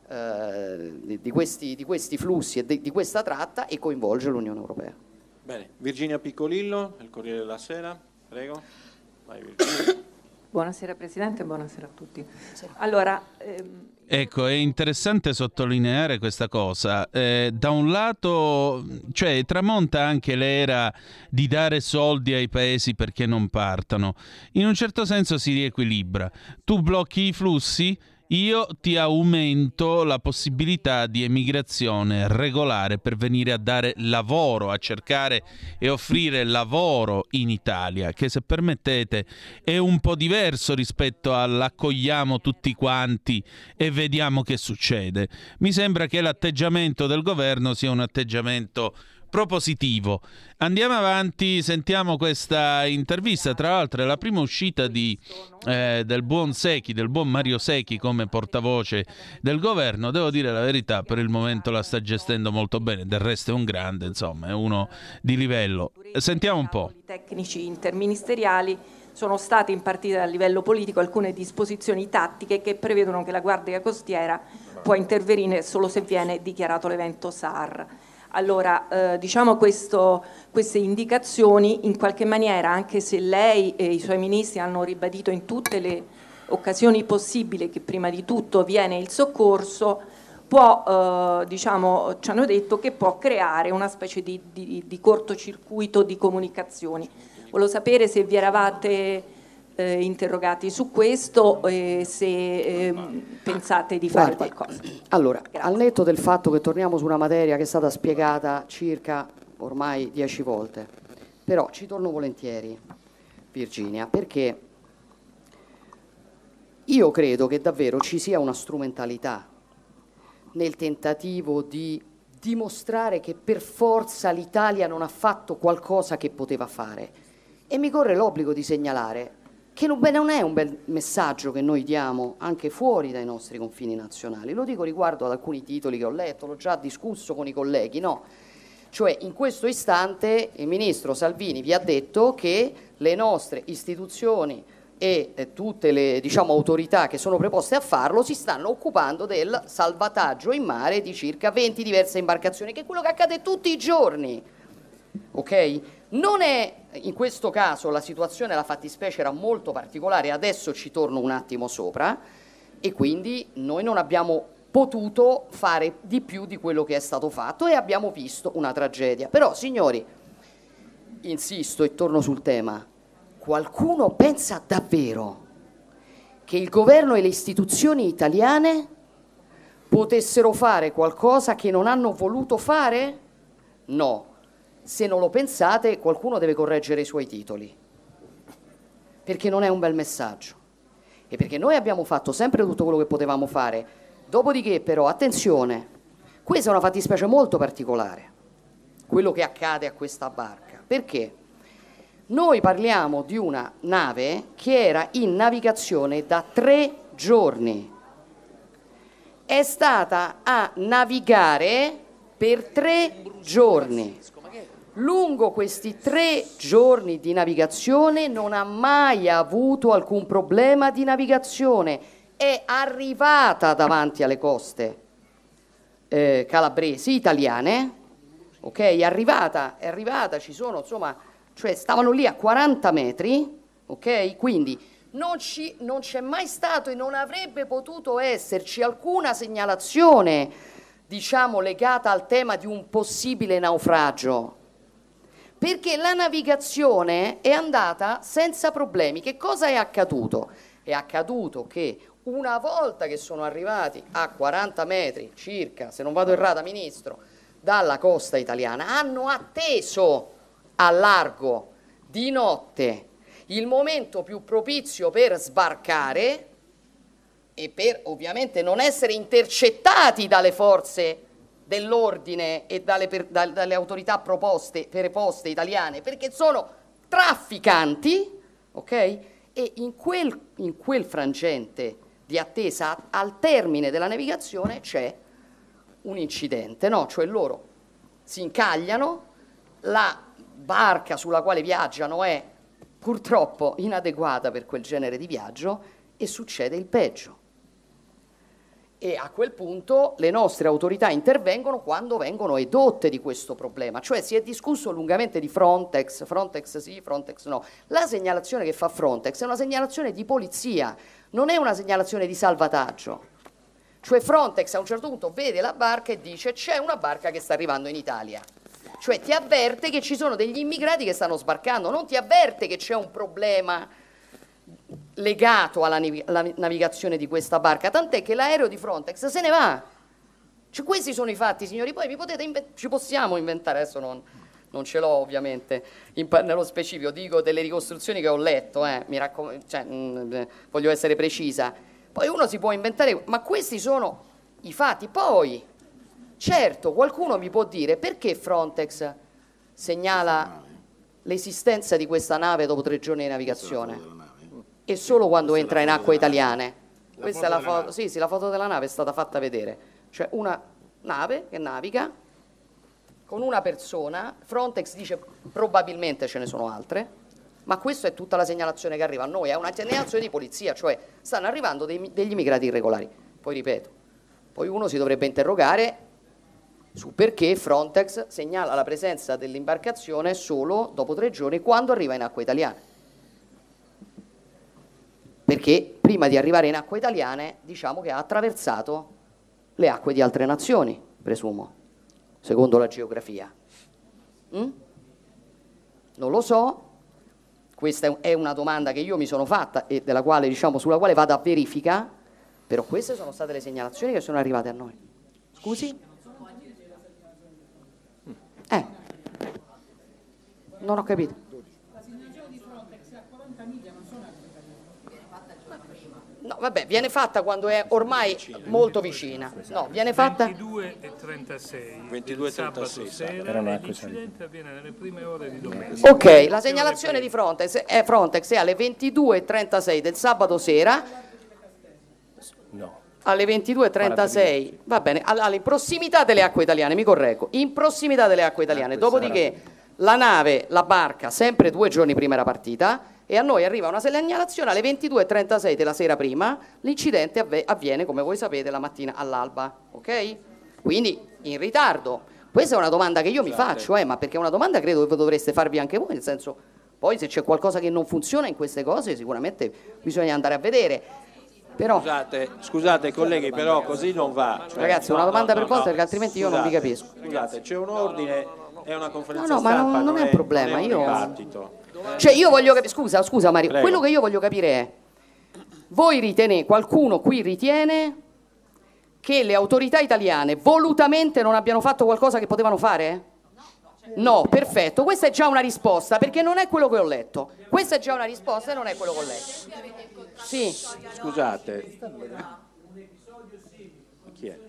eh, di, di, questi, di questi flussi e di, di questa tratta e coinvolge l'Unione Europea. Bene, Virginia Piccolillo, il Corriere della Sera, prego. Vai Virginia. Buonasera Presidente, buonasera a tutti. Allora, ehm... Ecco, è interessante sottolineare questa cosa. Eh, da un lato, cioè, tramonta anche l'era di dare soldi ai paesi perché non partano. In un certo senso si riequilibra. Tu blocchi i flussi, io ti aumento la possibilità di emigrazione regolare per venire a dare lavoro, a cercare e offrire lavoro in Italia, che se permettete è un po' diverso rispetto all'accogliamo tutti quanti e vediamo che succede. Mi sembra che l'atteggiamento del governo sia un atteggiamento propositivo. Andiamo avanti, sentiamo questa intervista. Tra l'altro è la prima uscita di, eh, del buon Secchi, del buon Mario Secchi come portavoce del governo. Devo dire la verità, per il momento la sta gestendo molto bene, del resto è un grande, insomma, è uno di livello. Sentiamo un po'. I tecnici interministeriali sono state impartite a livello politico alcune disposizioni tattiche che prevedono che la Guardia Costiera può intervenire solo se viene dichiarato l'evento S A R. Allora, eh, diciamo questo, queste indicazioni in qualche maniera, anche se lei e i suoi ministri hanno ribadito in tutte le occasioni possibili che prima di tutto viene il soccorso, può, eh, diciamo, ci hanno detto che può creare una specie di, di, di cortocircuito di comunicazioni. Volevo sapere se vi eravate eh, interrogati su questo e se eh, pensate di fare Guardi, qualcosa. Allora, Grazie. Al netto del fatto che torniamo su una materia che è stata spiegata circa ormai dieci volte, però ci torno volentieri, Virginia, perché io credo che davvero ci sia una strumentalità nel tentativo di dimostrare che per forza l'Italia non ha fatto qualcosa che poteva fare. E mi corre l'obbligo di segnalare che non è un bel messaggio che noi diamo anche fuori dai nostri confini nazionali. Lo dico riguardo ad alcuni titoli che ho letto, l'ho già discusso con i colleghi, no? Cioè, in questo istante il ministro Salvini vi ha detto che le nostre istituzioni e eh, tutte le, diciamo, autorità che sono preposte a farlo si stanno occupando del salvataggio in mare di circa venti diverse imbarcazioni, che è quello che accade tutti i giorni, ok? Non è, in questo caso la situazione, la fattispecie era molto particolare, adesso ci torno un attimo sopra, e quindi noi non abbiamo potuto fare di più di quello che è stato fatto e abbiamo visto una tragedia. Però, signori, insisto e torno sul tema, qualcuno pensa davvero che il governo e le istituzioni italiane potessero fare qualcosa che non hanno voluto fare? No. Se non lo pensate, qualcuno deve correggere i suoi titoli, perché non è un bel messaggio. E perché noi abbiamo fatto sempre tutto quello che potevamo fare. Dopodiché, però, attenzione, questa è una fattispecie molto particolare, quello che accade a questa barca. Perché? Noi parliamo di una nave che era in navigazione da tre giorni. È stata a navigare per tre giorni. Lungo questi tre giorni di navigazione non ha mai avuto alcun problema di navigazione. È arrivata davanti alle coste eh, calabresi, italiane, ok? È arrivata, è arrivata, ci sono, insomma, cioè stavano lì a quaranta metri, ok? Quindi non, ci, non c'è mai stato e non avrebbe potuto esserci alcuna segnalazione, diciamo, legata al tema di un possibile naufragio. Perché la navigazione è andata senza problemi. Che cosa è accaduto? È accaduto che una volta che sono arrivati a quaranta metri circa, se non vado errata, Ministro, dalla costa italiana, hanno atteso a largo di notte il momento più propizio per sbarcare e per ovviamente non essere intercettati dalle forze dell'ordine e dalle, per, da, dalle autorità proposte, preposte italiane, perché sono trafficanti, ok? E in quel, in quel frangente di attesa al termine della navigazione c'è un incidente, no? Cioè loro si incagliano, la barca sulla quale viaggiano è purtroppo inadeguata per quel genere di viaggio e succede il peggio. E a quel punto le nostre autorità intervengono quando vengono edotte di questo problema. Cioè si è discusso lungamente di Frontex, Frontex sì, Frontex no. La segnalazione che fa Frontex è una segnalazione di polizia, non è una segnalazione di salvataggio. Cioè Frontex a un certo punto vede la barca e dice c'è una barca che sta arrivando in Italia. Cioè ti avverte che ci sono degli immigrati che stanno sbarcando, non ti avverte che c'è un problema legato alla, nav- alla navigazione di questa barca, tant'è che l'aereo di Frontex se ne va. Cioè, questi sono i fatti, signori, poi vi potete inve- ci possiamo inventare, adesso non, non ce l'ho ovviamente in, nello specifico, dico delle ricostruzioni che ho letto, eh, mi raccom- cioè, mh, voglio essere precisa, poi uno si può inventare, ma questi sono i fatti. Poi certo qualcuno mi può dire perché Frontex segnala l'esistenza di questa nave dopo tre giorni di navigazione e solo quando entra in acque italiane. Questa è la foto, sì, sì, la foto della nave è stata fatta vedere, cioè una nave che naviga con una persona. Frontex dice probabilmente ce ne sono altre, ma questa è tutta la segnalazione che arriva a noi, è una segnalazione di polizia, cioè stanno arrivando dei, degli immigrati irregolari. Poi ripeto, poi uno si dovrebbe interrogare su perché Frontex segnala la presenza dell'imbarcazione solo dopo tre giorni quando arriva in acque italiane. Perché prima di arrivare in acque italiane diciamo che ha attraversato le acque di altre nazioni, presumo, secondo la geografia. Mm? Non lo so, questa è una domanda che io mi sono fatta e della quale, diciamo, sulla quale vado a verifica, però queste sono state le segnalazioni che sono arrivate a noi. Scusi? Eh, non ho capito. No, vabbè, viene fatta quando è ormai molto vicina. No, viene fatta ventidue e trentasei. ventidue e trentasei. Sera, l'incidente avviene nelle prime ore di domenica. Ok, la segnalazione di Frontex è, Frontex è alle ventidue e trentasei del sabato sera. No. Alle ventidue e trentasei, va bene, alla, in prossimità delle acque italiane, mi correggo, in prossimità delle acque italiane. Dopodiché la nave, la barca, sempre due giorni prima era partita. E a noi arriva una segnalazione alle ventidue e trentasei della sera prima, l'incidente avve- avviene, come voi sapete, la mattina all'alba, ok? Quindi in ritardo. Questa è una domanda che io mi faccio, eh, ma perché è una domanda credo che dovreste farvi anche voi, nel senso, poi se c'è qualcosa che non funziona in queste cose sicuramente bisogna andare a vedere. Però, scusate, scusate colleghi, però così non va. Cioè, ragazzi, no, una domanda no, per volta no, perché altrimenti io scusate, non vi capisco. Scusate, c'è un ordine, è una conferenza No, no, ma stampa, non, non è un problema, non è un io... dibattito. Cioè io voglio capire, scusa, scusa Mario, Prego. quello che io voglio capire è, voi ritenete, qualcuno qui ritiene che le autorità italiane volutamente non abbiano fatto qualcosa che potevano fare? No, perfetto, questa è già una risposta, perché non è quello che ho letto. Questa è già una risposta e non è quello che ho letto. Sì. Scusate. Chi è?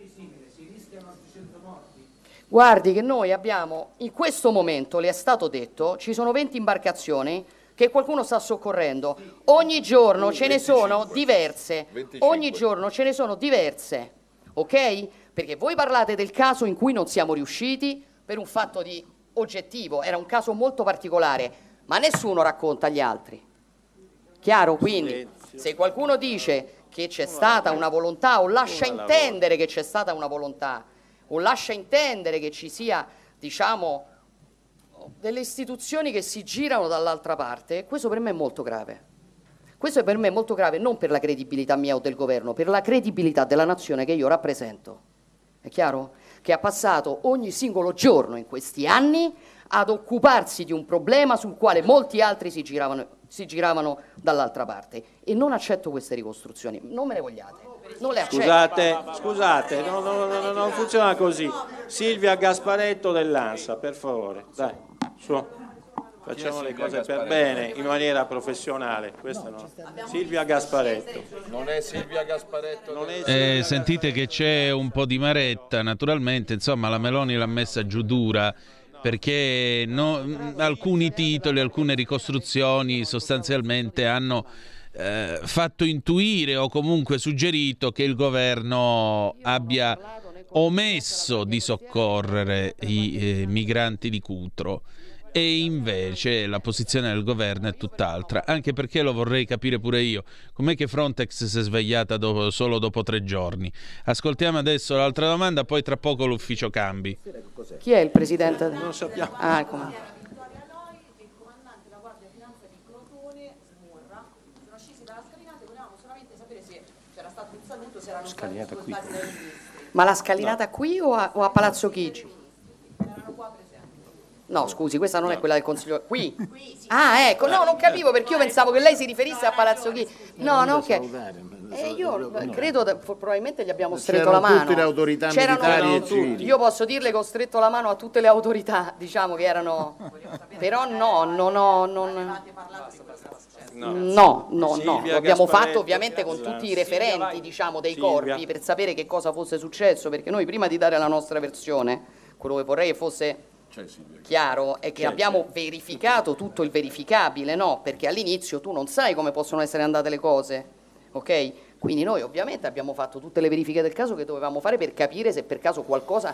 Guardi che noi abbiamo, in questo momento, le è stato detto, ci sono venti imbarcazioni che qualcuno sta soccorrendo. Ogni giorno ce ne sono diverse. Ogni giorno ce ne sono diverse. Ok? Perché voi parlate del caso in cui non siamo riusciti per un fatto di oggettivo, era un caso molto particolare, ma nessuno racconta agli altri. Chiaro? Quindi, se qualcuno dice che c'è stata una volontà o lascia intendere che c'è stata una volontà, o lascia intendere che ci sia, diciamo, delle istituzioni che si girano dall'altra parte, questo per me è molto grave. Questo è per me molto grave, non per la credibilità mia o del governo, per la credibilità della nazione che io rappresento. È chiaro? Che ha passato ogni singolo giorno in questi anni ad occuparsi di un problema sul quale molti altri si giravano, si giravano dall'altra parte. E non accetto queste ricostruzioni, non me le vogliate. Non le accetto. Scusate, scusate, no, no, no, no, non funziona così. Silvia Gasparetto dell'ANSA, per favore, dai, su. Facciamo le cose per bene, in maniera professionale. Questa no. Silvia Gasparetto. Non è Silvia Gasparetto. Non è Eh, sentite che c'è un po' di maretta, naturalmente, insomma la Meloni l'ha messa giù dura perché no, alcuni titoli, alcune ricostruzioni sostanzialmente hanno eh, fatto intuire o comunque suggerito che il governo abbia omesso di soccorrere i eh, migranti di Cutro. e invece la posizione del governo è tutt'altra, anche perché lo vorrei capire pure io, com'è che Frontex si è svegliata dopo, solo dopo tre giorni? Ascoltiamo adesso l'altra domanda, poi tra poco l'ufficio cambi. Chi è il presidente? Non sappiamo. Ah, come? Scalinata qui. Ma la scalinata no. qui o a, o a Palazzo Chigi? No, scusi, questa non no. è quella del Consiglio. Qui? Ah, ecco, no, non capivo perché io pensavo che lei si riferisse a Palazzo Chigi. No, no, ok. Eh, io credo, probabilmente gli abbiamo stretto la mano. Tutte le autorità militari e civili. Io posso dirle che ho stretto la mano a tutte le autorità, diciamo che erano. Però no, non ho. Non... No, no, no, no. Lo abbiamo fatto ovviamente con tutti i referenti, diciamo, dei corpi per sapere che cosa fosse successo, perché noi prima di dare la nostra versione, quello che vorrei fosse chiaro è che abbiamo verificato tutto il verificabile, no? Perché all'inizio tu non sai come possono essere andate le cose, ok? Quindi noi ovviamente abbiamo fatto tutte le verifiche del caso che dovevamo fare per capire se per caso qualcosa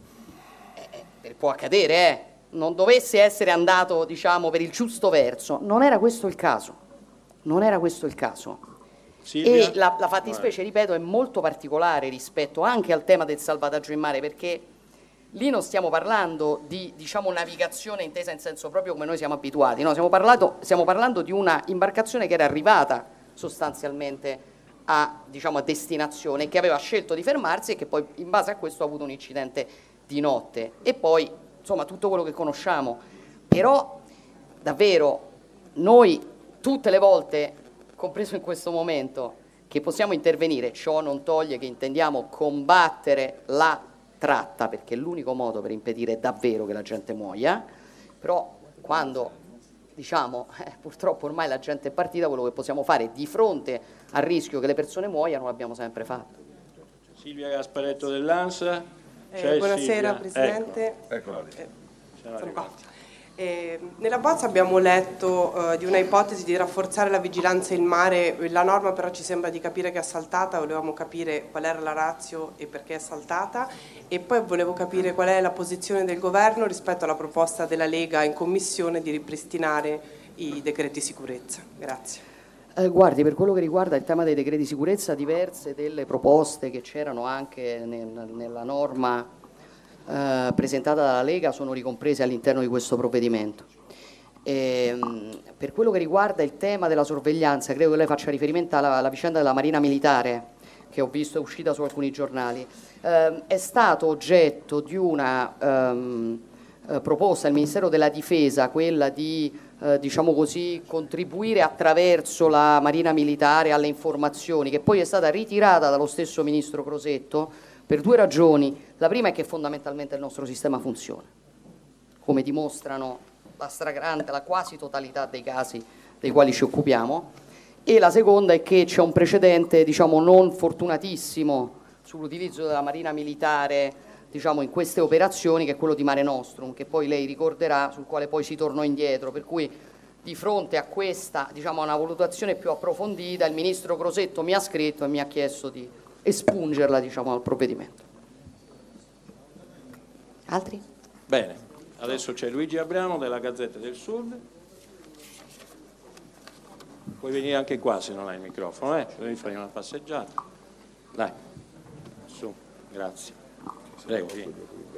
eh, può accadere, eh, non dovesse essere andato, diciamo, per il giusto verso. Non era questo il caso. Non era questo il caso. Silvia? E la, la fattispecie, ripeto, è molto particolare rispetto anche al tema del salvataggio in mare, perché lì non stiamo parlando di, diciamo, navigazione intesa in senso proprio come noi siamo abituati, no? Stiamo parlando, stiamo parlando di una imbarcazione che era arrivata sostanzialmente a, diciamo, a destinazione, che aveva scelto di fermarsi e che poi in base a questo ha avuto un incidente di notte. E poi, insomma, tutto quello che conosciamo. Però, davvero, noi tutte le volte, compreso in questo momento, che possiamo intervenire, ciò non toglie che intendiamo combattere la tratta, perché è l'unico modo per impedire davvero che la gente muoia. Però quando, diciamo, eh, purtroppo ormai la gente è partita, quello che possiamo fare di fronte al rischio che le persone muoiano l'abbiamo sempre fatto. Silvia Gasparetto dell'ANSA. Eh, buonasera Silvia. Presidente. Ecco. Eccola lì. Eh, Siamo arrivati. Eh, nella bozza abbiamo letto eh, di una ipotesi di rafforzare la vigilanza in mare. La norma però ci sembra di capire che è saltata, volevamo capire qual era la ratio e perché è saltata, e poi volevo capire qual è la posizione del governo rispetto alla proposta della Lega in commissione di ripristinare i decreti sicurezza. Grazie. Eh, guardi, per quello che riguarda il tema dei decreti sicurezza, diverse delle proposte che c'erano anche nel, nella norma Uh, presentata dalla Lega sono ricomprese all'interno di questo provvedimento. E, um, per quello che riguarda il tema della sorveglianza, credo che lei faccia riferimento alla, alla vicenda della Marina Militare, che ho visto è uscita su alcuni giornali. Uh, è stato oggetto di una um, uh, proposta del Ministero della Difesa, quella di uh, diciamo così, contribuire attraverso la Marina Militare alle informazioni, che poi è stata ritirata dallo stesso Ministro Crosetto per due ragioni. La prima è che fondamentalmente il nostro sistema funziona, come dimostrano la stragrande, la quasi totalità dei casi dei quali ci occupiamo, e la seconda è che c'è un precedente, diciamo, non fortunatissimo sull'utilizzo della Marina Militare, diciamo, in queste operazioni, che è quello di Mare Nostrum, che poi lei ricorderà, sul quale poi si tornò indietro, per cui di fronte a questa, diciamo, una valutazione più approfondita, il Ministro Crosetto mi ha scritto e mi ha chiesto di espungerla, diciamo, dal provvedimento. Altri? Bene, adesso c'è Luigi Abramo della Gazzetta del Sud. Puoi venire anche qua se non hai il microfono, eh? Devi fare una passeggiata. Dai, su, grazie. Prego, vieni.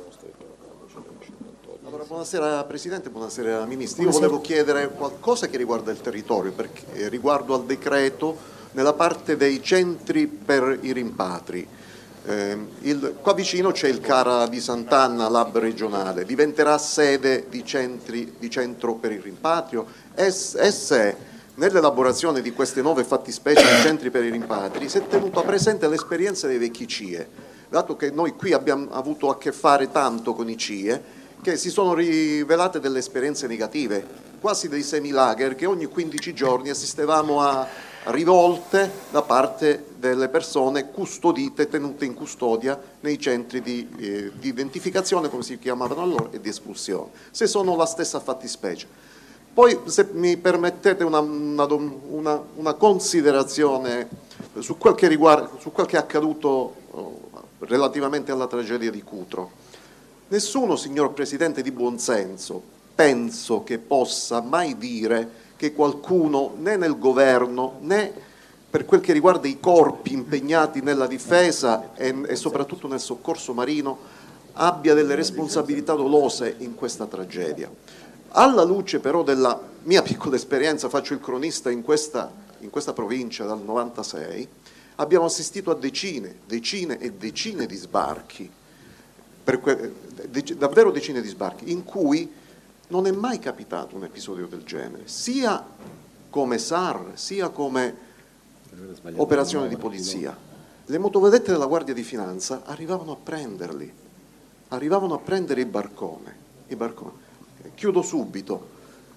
Allora, buonasera Presidente, buonasera Ministro. Io volevo chiedere qualcosa che riguarda il territorio, perché riguardo al decreto nella parte dei centri per i rimpatri. Eh, il, qua vicino c'è il CARA di Sant'Anna, l'hub regionale, diventerà sede di, centri, di centro per il rimpatrio e, e se nell'elaborazione di queste nuove fattispecie di centri per i rimpatri si è tenuta presente l'esperienza dei vecchi C I E, dato che noi qui abbiamo avuto a che fare tanto con i C I E, che si sono rivelate delle esperienze negative, quasi dei semilager che ogni quindici giorni assistevamo a rivolte da parte delle persone custodite, tenute in custodia nei centri di, eh, di identificazione, come si chiamavano allora, e di espulsione, se sono la stessa fattispecie. Poi, se mi permettete una, una, una, una considerazione su quel che riguarda, su quel che è accaduto oh, relativamente alla tragedia di Cutro. Nessuno, signor Presidente, di buon senso penso che possa mai dire che qualcuno, né nel governo né per quel che riguarda i corpi impegnati nella difesa e, e soprattutto nel soccorso marino, abbia delle responsabilità dolose in questa tragedia. Alla luce però della mia piccola esperienza, faccio il cronista in questa, in questa provincia dal novantasei, abbiamo assistito a decine, decine e decine di sbarchi, per que- dec- davvero decine di sbarchi, in cui non è mai capitato un episodio del genere, sia come S A R, sia come operazione di polizia. Le motovedette della Guardia di Finanza arrivavano a prenderli, arrivavano a prendere i barcone, i barconi. Chiudo subito.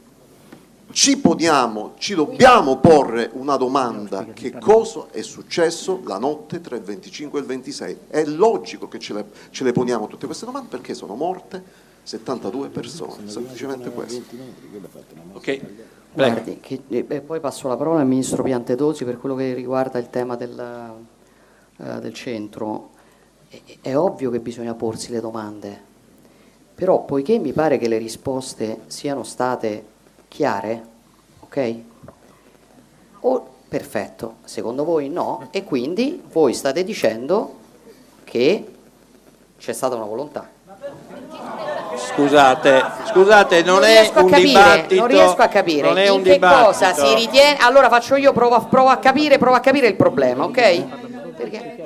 Ci poniamo, ci dobbiamo porre una domanda: che cosa è successo la notte tra il venticinque e il ventisei? È logico che ce le, ce le poniamo tutte queste domande, perché sono morte settantadue persone, semplicemente questo. Ok. Guardi, che, e poi passo la parola al Ministro Piantedosi per quello che riguarda il tema del, uh, del centro. È, è ovvio che bisogna porsi le domande, però poiché mi pare che le risposte siano state chiare, ok? O, perfetto, secondo voi no, e quindi voi state dicendo che c'è stata una volontà. Scusate, scusate, non, non è riesco a un capire, dibattito. non riesco a capire non è in un che dibattito. cosa si ritiene. Allora faccio io, provo a, provo a capire, provo a capire il problema, ok? Perché...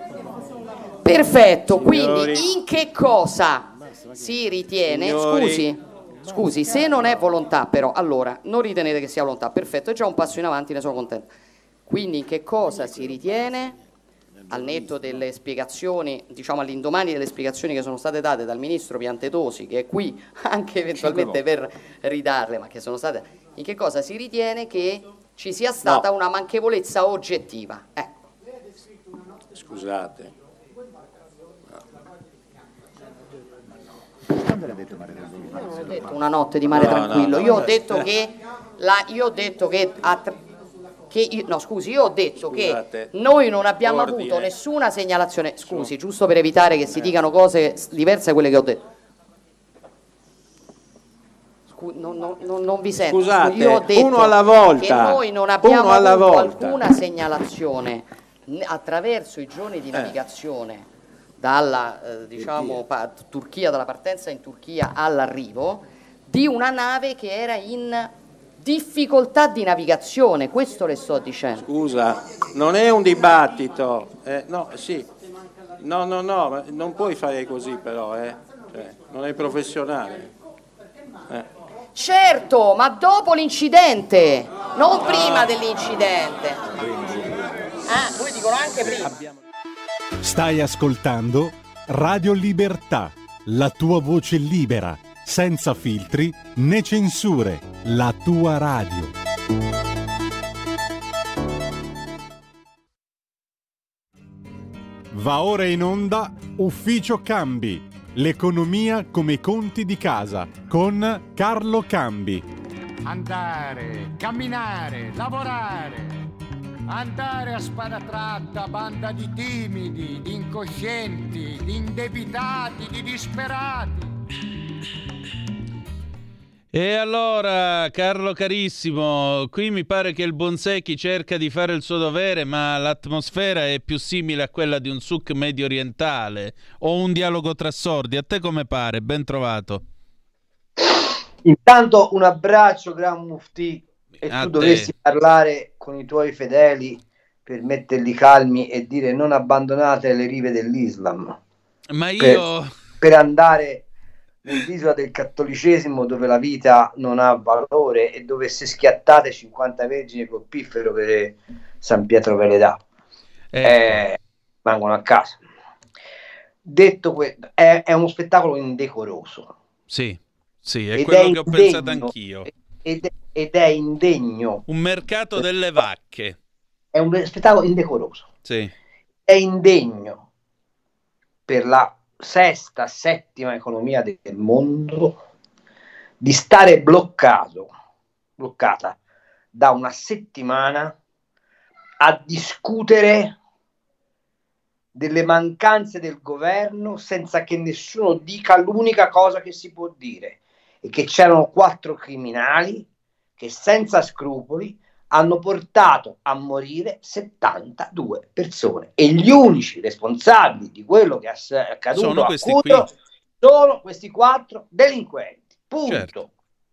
Perfetto, quindi in che cosa si ritiene? Signori. Scusi, scusi, se non è volontà però, allora non ritenete che sia volontà, perfetto, è già un passo in avanti, ne sono contento. Quindi in che cosa si ritiene, al netto delle spiegazioni, diciamo all'indomani delle spiegazioni che sono state date dal Ministro Piantedosi, che è qui anche eventualmente per ridarle, ma che sono state, in che cosa si ritiene che ci sia stata No. una manchevolezza oggettiva? Ecco. Scusate. Io non ho detto una notte di mare No, tranquillo, no, no. io ho detto che la, io ho detto che, a tra- che io, no scusi, io ho detto Scusate. che noi non abbiamo Ordine. avuto nessuna segnalazione, scusi, giusto per evitare che si dicano cose s- diverse da quelle che ho detto. Scu- non, non- non- non vi sento. Scusate, Scusi, io ho detto uno alla volta. che noi non abbiamo Uno alla avuto volta. alcuna segnalazione n- attraverso i giorni di Eh. navigazione dalla eh, diciamo pa- Turchia, dalla partenza in Turchia all'arrivo di una nave che era in difficoltà di navigazione, questo le sto dicendo. Scusa, non è un dibattito. Eh, no, sì. No, no, no, ma non puoi fare così però, eh. Cioè, non è professionale. Eh. Certo, ma dopo l'incidente, non prima dell'incidente. Ah, poi dicono anche prima. Stai ascoltando Radio Libertà, la tua voce libera, senza filtri né censure, la tua radio. Va ora in onda Ufficio Cambi, l'economia come i conti di casa, con Carlo Cambi. Andare, camminare, lavorare. Andare a spada tratta, banda di timidi, di incoscienti, di indebitati, di disperati. E allora, Carlo carissimo, qui mi pare che il Bonsecchi cerca di fare il suo dovere, ma l'atmosfera è più simile a quella di un souk medio orientale o un dialogo tra sordi. A te come pare? Ben trovato. Intanto un abbraccio, Gran Mufti, e A tu te. dovessi parlare con i tuoi fedeli per metterli calmi e dire non abbandonate le rive dell'Islam. Ma per, io... per andare nell'isola del cattolicesimo dove la vita non ha valore e dove se schiattate cinquanta vergini col piffero che San Pietro ve le dà, Ecco. eh, vengono a casa. Detto questo, è, è uno spettacolo indecoroso. Sì, sì, è Ed quello è che ho indegno, pensato anch'io. Ed, ed è indegno. Un mercato delle vacche. È un spettacolo indecoroso. Sì. È indegno per la sesta, settima economia del mondo di stare bloccato, bloccata da una settimana a discutere delle mancanze del governo senza che nessuno dica l'unica cosa che si può dire, e che c'erano quattro criminali che senza scrupoli hanno portato a morire settantadue persone e gli unici responsabili di quello che è accaduto sono a questi Cutro qui. sono questi quattro delinquenti. Punto. Certo.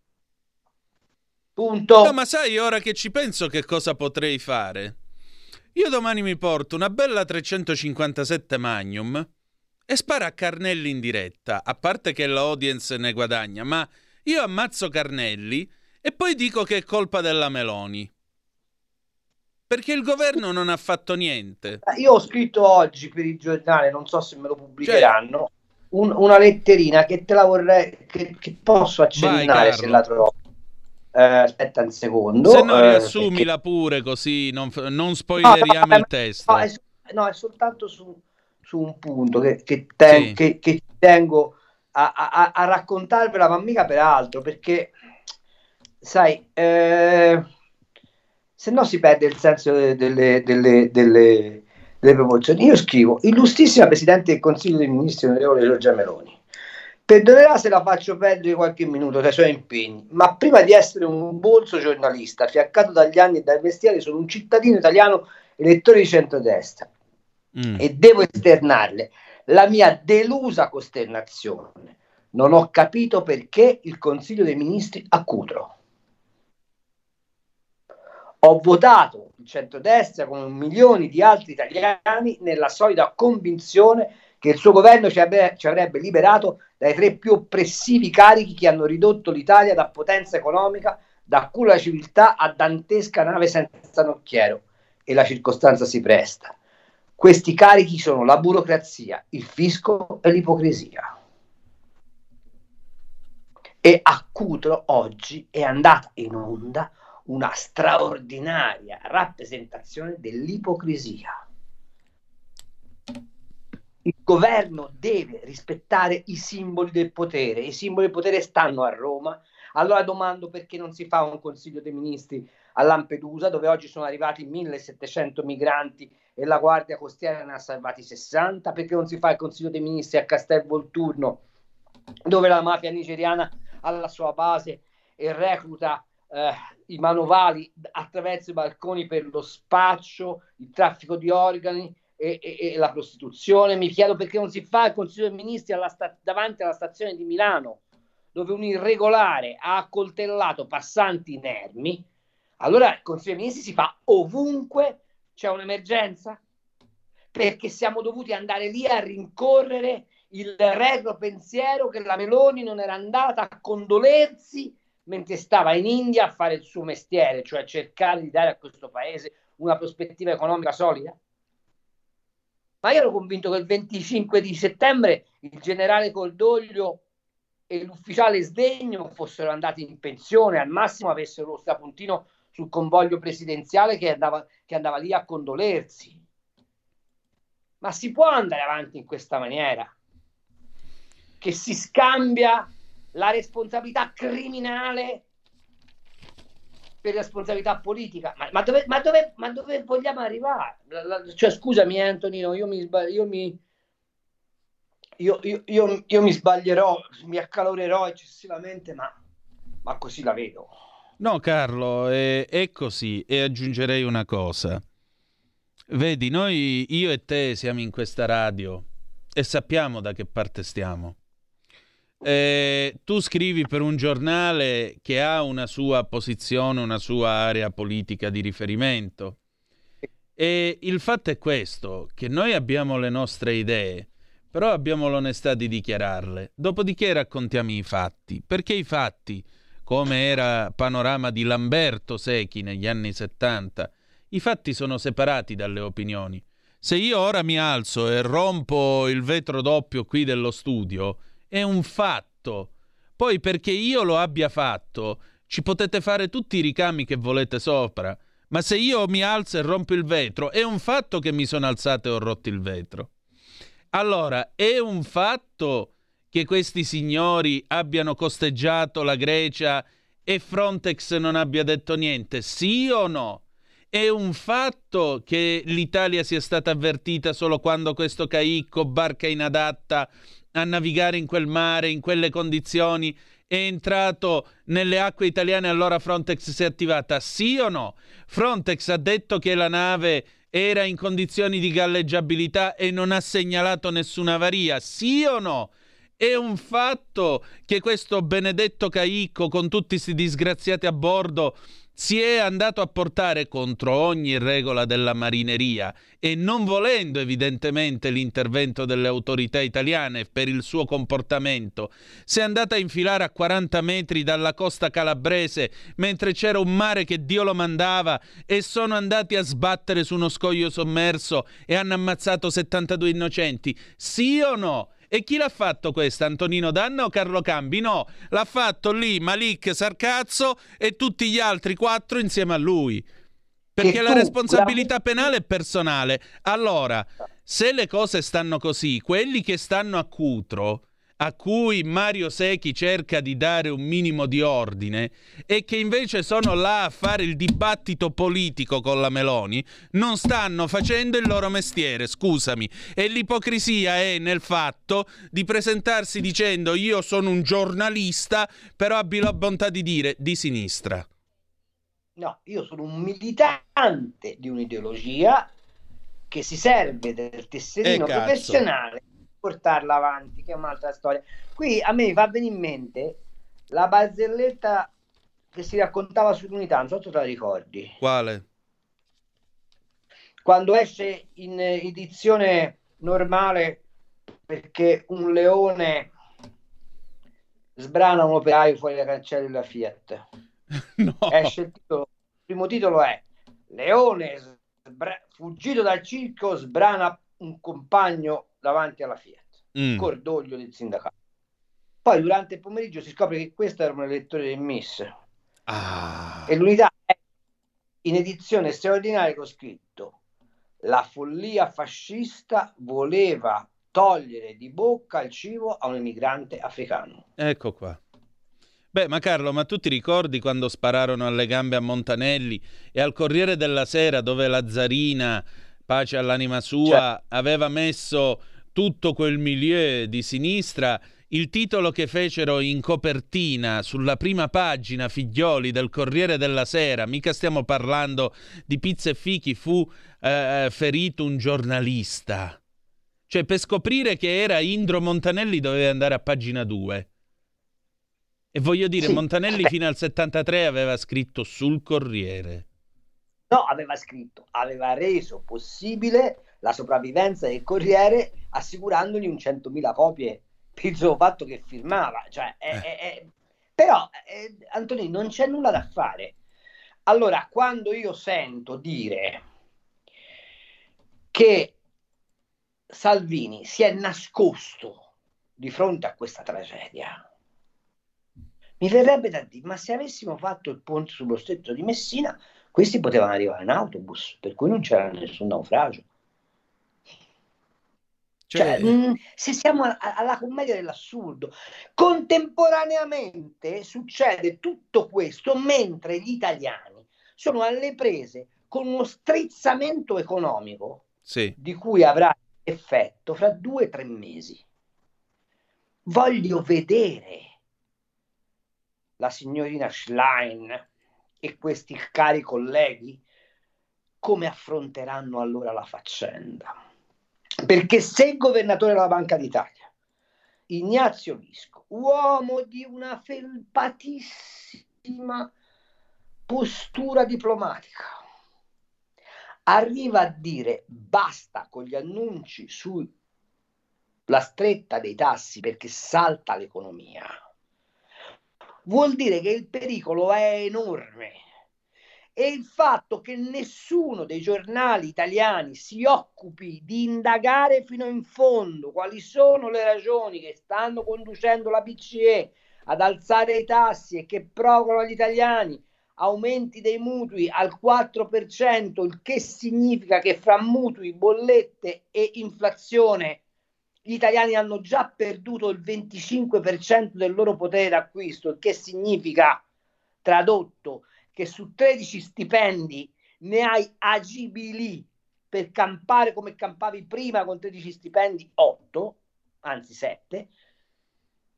Punto. No, ma sai, ora che ci penso, che cosa potrei fare? Io domani mi porto una bella trecentocinquantasette Magnum e sparo a Carnelli in diretta, a parte che l'audience ne guadagna, ma io ammazzo Carnelli e poi dico che è colpa della Meloni. Perché il governo non ha fatto niente. Io ho scritto oggi per il giornale, non so se me lo pubblicheranno, cioè, un, una letterina che te la vorrei, che, che posso accennare. Vai, se la trovo. Eh, aspetta un secondo. Se no, eh, riassumila perché... pure, così non, non spoileriamo no, no, il testo. No, è, no, è soltanto su, su un punto che, che, ten, sì. che, che tengo a, a, a raccontarvela, ma mica per altro, perché sai... Eh, se no si perde il senso delle, delle, delle, delle, delle proporzioni. Io scrivo: illustrissima Presidente del Consiglio dei Ministri, onorevole Giorgia Meloni, perdonerà se la faccio perdere qualche minuto dai suoi impegni, ma prima di essere un bolso giornalista fiaccato dagli anni e dal mestiere sono un cittadino italiano elettore di centrodestra mm. e devo esternarle la mia delusa costernazione. Non ho capito perché il Consiglio dei Ministri a Cutro. Ho votato il centrodestra come milioni di altri italiani nella solida convinzione che il suo governo ci avrebbe, ci avrebbe liberato dai tre più oppressivi carichi che hanno ridotto l'Italia da potenza economica, da culo alla civiltà a dantesca nave senza nocchiero, e la circostanza si presta. Questi carichi sono la burocrazia, il fisco e l'ipocrisia. E a Cutro oggi è andata in onda una straordinaria rappresentazione dell'ipocrisia. Il governo deve rispettare i simboli del potere, i simboli del potere stanno a Roma. Allora domando perché non si fa un Consiglio dei Ministri a Lampedusa, dove oggi sono arrivati millesettecento migranti e la Guardia Costiera ne ha salvati sessanta, perché non si fa il Consiglio dei Ministri a Castelvolturno, dove la mafia nigeriana ha la sua base e recluta eh, i manovali attraverso i balconi per lo spaccio, il traffico di organi e, e, e la prostituzione. Mi chiedo perché non si fa il Consiglio dei Ministri alla sta- davanti alla stazione di Milano, dove un irregolare ha accoltellato passanti inermi. Allora il Consiglio dei Ministri si fa ovunque c'è un'emergenza, perché siamo dovuti andare lì a rincorrere il retro pensiero che la Meloni non era andata a condolersi mentre stava in India a fare il suo mestiere, cioè cercare di dare a questo paese una prospettiva economica solida. Ma io ero convinto che il venticinque di settembre il generale Cordoglio e l'ufficiale Sdegno fossero andati in pensione, al massimo avessero lo strapuntino sul convoglio presidenziale che andava, che andava lì a condolersi. Ma si può andare avanti in questa maniera? Che si scambia la responsabilità criminale per responsabilità politica? Ma, ma, dove, ma, dove, ma dove vogliamo arrivare? La, la, cioè, scusami Antonino, io mi, io mi Io, io, io, io mi sbaglierò, mi accalorerò eccessivamente, ma, ma così la vedo. No, Carlo, è, è così. E aggiungerei una cosa. Vedi, noi, io e te siamo in questa radio e sappiamo da che parte stiamo. Eh, tu scrivi per un giornale che ha una sua posizione, una sua area politica di riferimento. E il fatto è questo, che noi abbiamo le nostre idee, però abbiamo l'onestà di dichiararle. Dopodiché raccontiamo i fatti, perché i fatti, come era panorama di Lamberto Secchi negli anni settanta, i fatti sono separati dalle opinioni. Se io ora mi alzo e rompo il vetro doppio qui dello studio, è un fatto. Poi perché io lo abbia fatto, ci potete fare tutti i ricami che volete sopra, ma se io mi alzo e rompo il vetro, è un fatto che mi sono alzato e ho rotto il vetro. Allora, è un fatto che questi signori abbiano costeggiato la Grecia e Frontex non abbia detto niente? Sì o no? È un fatto che l'Italia sia stata avvertita solo quando questo caicco, barca inadatta a navigare in quel mare, in quelle condizioni, è entrato nelle acque italiane, allora Frontex si è attivata? Sì o no? Frontex ha detto che la nave era in condizioni di galleggiabilità e non ha segnalato nessuna avaria? Sì o no? È un fatto che questo benedetto Caicco, con tutti questi disgraziati a bordo, si è andato a portare contro ogni regola della marineria e non volendo evidentemente l'intervento delle autorità italiane per il suo comportamento, si è andata a infilare a quaranta metri dalla costa calabrese mentre c'era un mare che Dio lo mandava e sono andati a sbattere su uno scoglio sommerso e hanno ammazzato settantadue innocenti. Sì o no? E chi l'ha fatto questa? Antonino Danna o Carlo Cambi? No, l'ha fatto lì Malik Sarcazzo e tutti gli altri quattro insieme a lui. Perché Che la tu, responsabilità la... penale è personale. Allora, se le cose stanno così, quelli che stanno a Cutro, a cui Mario Secchi cerca di dare un minimo di ordine e che invece sono là a fare il dibattito politico con la Meloni, non stanno facendo il loro mestiere, scusami. E l'ipocrisia è nel fatto di presentarsi dicendo io sono un giornalista, però abbi la bontà di dire di sinistra. No, io sono un militante di un'ideologia che si serve del tesserino Eh, cazzo. professionale portarla avanti, che è un'altra storia. Qui a me mi fa venire in mente la barzelletta che si raccontava sull'Unità, non so se te la ricordi. Quale? Quando esce in edizione normale perché un leone sbrana un operaio fuori dai cancelli della Fiat. No. Esce il titolo, il primo titolo è Leone sbra- fuggito dal circo sbrana un compagno davanti alla Fiat. Mm. Cordoglio del sindacato. Poi durante il pomeriggio si scopre che questo era un elettore del M I S. Ah. E l'Unità è in edizione straordinaria con scritto: la follia fascista voleva togliere di bocca il cibo a un emigrante africano. Ecco qua. Beh, ma Carlo, ma tu ti ricordi quando spararono alle gambe a Montanelli e al Corriere della Sera, dove Lazzarina, pace all'anima sua, Certo. aveva messo tutto quel milieu di sinistra, il titolo che fecero in copertina sulla prima pagina Figlioli del Corriere della Sera, mica stiamo parlando di pizza e fichi, fu eh, ferito un giornalista. Cioè, per scoprire che era Indro Montanelli doveva andare a pagina due. E voglio dire, Sì. Montanelli Beh. fino al settantatré aveva scritto sul Corriere. No, aveva scritto, aveva reso possibile la sopravvivenza del Corriere assicurandogli un centomila copie per il solo fatto che firmava. Cioè, è, è, è... Però, eh, Antonino, non c'è nulla da fare. Allora, quando io sento dire che Salvini si è nascosto di fronte a questa tragedia, mi verrebbe da dire, ma se avessimo fatto il ponte sullo stretto di Messina, questi potevano arrivare in autobus, per cui non c'era nessun naufragio. Cioè, Cioè, mh, se siamo a- a- alla commedia dell'assurdo, contemporaneamente succede tutto questo mentre gli italiani sono alle prese con uno strizzamento economico sì. di cui avrà effetto fra due o tre mesi. Voglio vedere la signorina Schlein e questi cari colleghi come affronteranno allora la faccenda. Perché se il governatore della Banca d'Italia, Ignazio Visco, uomo di una felpatissima postura diplomatica, arriva a dire basta con gli annunci sulla stretta dei tassi perché salta l'economia, vuol dire che il pericolo è enorme. E il fatto che nessuno dei giornali italiani si occupi di indagare fino in fondo quali sono le ragioni che stanno conducendo la B C E ad alzare i tassi e che provocano agli italiani aumenti dei mutui al quattro per cento, il che significa che fra mutui, bollette e inflazione gli italiani hanno già perduto il venticinque per cento del loro potere d'acquisto, il che significa, tradotto, che su tredici stipendi ne hai agibili per campare come campavi prima con tredici stipendi, otto, anzi sette.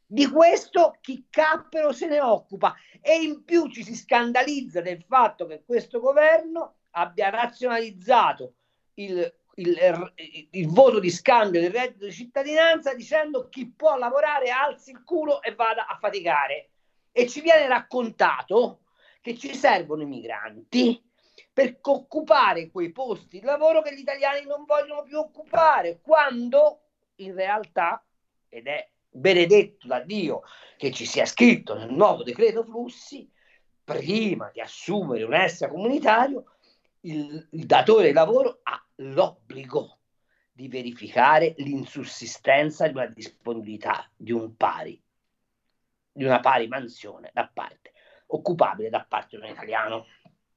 Di questo chi cappero se ne occupa, e in più ci si scandalizza del fatto che questo governo abbia razionalizzato il, il, il voto di scambio del reddito di cittadinanza dicendo chi può lavorare alzi il culo e vada a faticare, e ci viene raccontato che ci servono i migranti per occupare quei posti di lavoro che gli italiani non vogliono più occupare, quando in realtà, ed è benedetto da Dio che ci sia scritto nel nuovo decreto flussi, prima di assumere un extracomunitario il, il datore di lavoro ha l'obbligo di verificare l'insussistenza di una disponibilità di un pari, di una pari mansione da parte occupabile da parte di un italiano,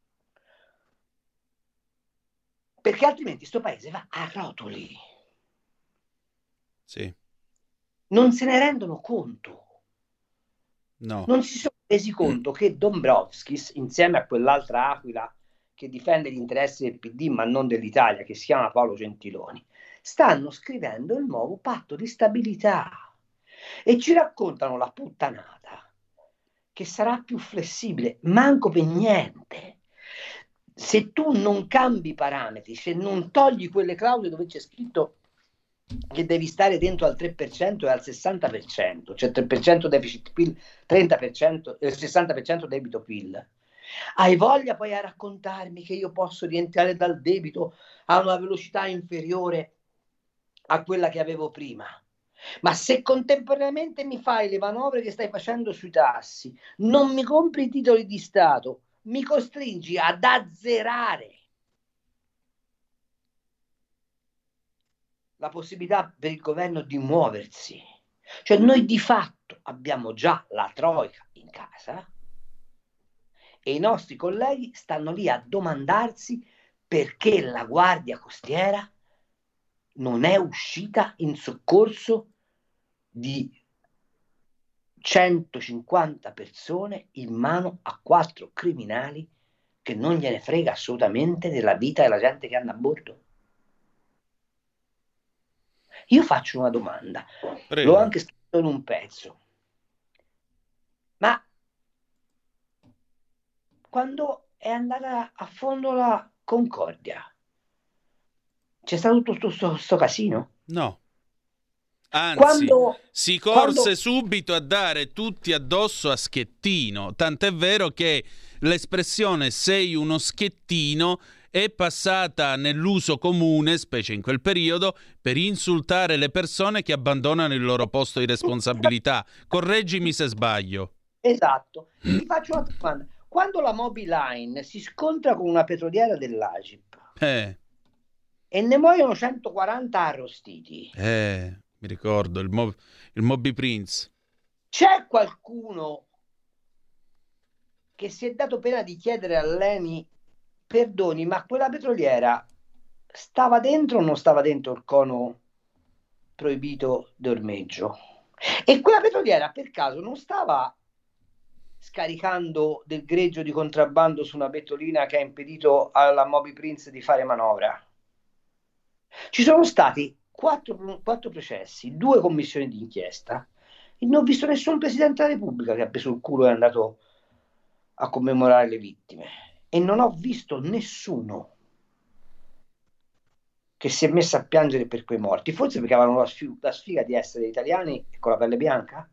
perché altrimenti sto paese va a rotoli. Sì. Non se ne rendono conto. No. Non si sono resi conto che Dombrovskis, insieme a quell'altra aquila che difende gli interessi del P D ma non dell'Italia, che si chiama Paolo Gentiloni, stanno scrivendo il nuovo patto di stabilità e ci raccontano la puttanata che sarà più flessibile, manco per niente. Se tu non cambi i parametri, se non togli quelle clausole dove c'è scritto che devi stare dentro al tre per cento e al sessanta per cento, cioè tre per cento deficit P I L, trenta per cento e sessanta per cento debito P I L. Hai voglia poi a raccontarmi che io posso rientrare dal debito a una velocità inferiore a quella che avevo prima? Ma se contemporaneamente mi fai le manovre che stai facendo sui tassi, non mi compri i titoli di Stato, mi costringi ad azzerare la possibilità per il governo di muoversi. Cioè noi di fatto abbiamo già la troika in casa e i nostri colleghi stanno lì a domandarsi perché la Guardia Costiera non è uscita in soccorso di centocinquanta persone in mano a quattro criminali che non gliene frega assolutamente della vita della gente che hanno a bordo. Io faccio una domanda, Prego. l'ho anche scritto in un pezzo, ma quando è andata a fondo la Concordia c'è stato tutto questo casino? No. Anzi, Quando, si corse quando... subito a dare tutti addosso a Schettino, tant'è vero che l'espressione sei uno schettino è passata nell'uso comune, specie in quel periodo, per insultare le persone che abbandonano il loro posto di responsabilità. Correggimi se sbaglio. Esatto. Ti faccio una domanda. Quando la Mobiline si scontra con una petroliera dell'A G I P Eh, e ne muoiono centoquaranta arrostiti, eh, mi ricordo, il, Mo- il Moby Prince. c'è qualcuno che si è dato pena di chiedere all'Eni perdoni, ma quella petroliera stava dentro o non stava dentro il cono proibito d'ormeggio? E quella petroliera per caso non stava scaricando del greggio di contrabbando su una petrolina che ha impedito alla Moby Prince di fare manovra? Ci sono stati quattro, quattro processi, due commissioni di inchiesta e non ho visto nessun Presidente della Repubblica che ha preso il culo e è andato a commemorare le vittime. E non ho visto nessuno che si è messo a piangere per quei morti, forse perché avevano la, sfi- la sfiga di essere italiani e con la pelle bianca.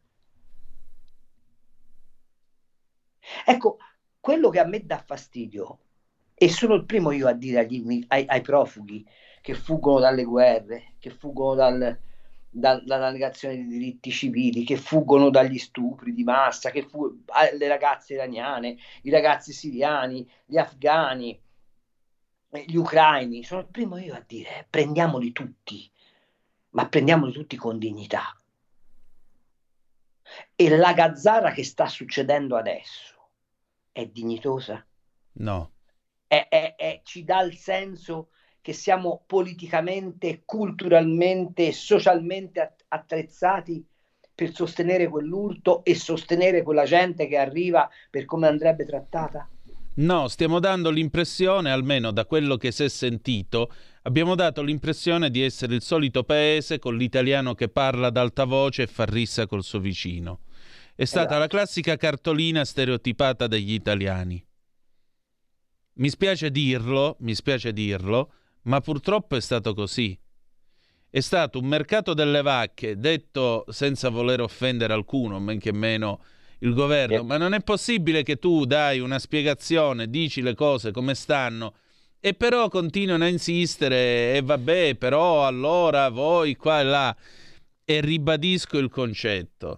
Ecco, quello che a me dà fastidio, e sono il primo io a dire agli, ai, ai profughi che fuggono dalle guerre, che fuggono dal, dal, dalla negazione dei diritti civili, che fuggono dagli stupri di massa, che fu- le ragazze iraniane, i ragazzi siriani, gli afghani, gli ucraini, sono il primo io a dire prendiamoli tutti, ma prendiamoli tutti con dignità. E la gazzarra che sta succedendo adesso è dignitosa? No. È, è, è, ci dà il senso che siamo politicamente, culturalmente e socialmente attrezzati per sostenere quell'urto e sostenere quella gente che arriva per come andrebbe trattata? No, stiamo dando l'impressione, almeno da quello che si è sentito, Abbiamo dato l'impressione di essere il solito paese con l'italiano che parla ad alta voce e fa rissa col suo vicino. È stata Esatto. la classica cartolina stereotipata degli italiani. Mi spiace dirlo, mi spiace dirlo, ma purtroppo è stato così. È stato un mercato delle vacche, detto senza voler offendere alcuno, men che meno il governo, ma non è possibile che tu dai una spiegazione, dici le cose come stanno, e però continuano a insistere, e vabbè, però allora voi qua e là, e ribadisco il concetto.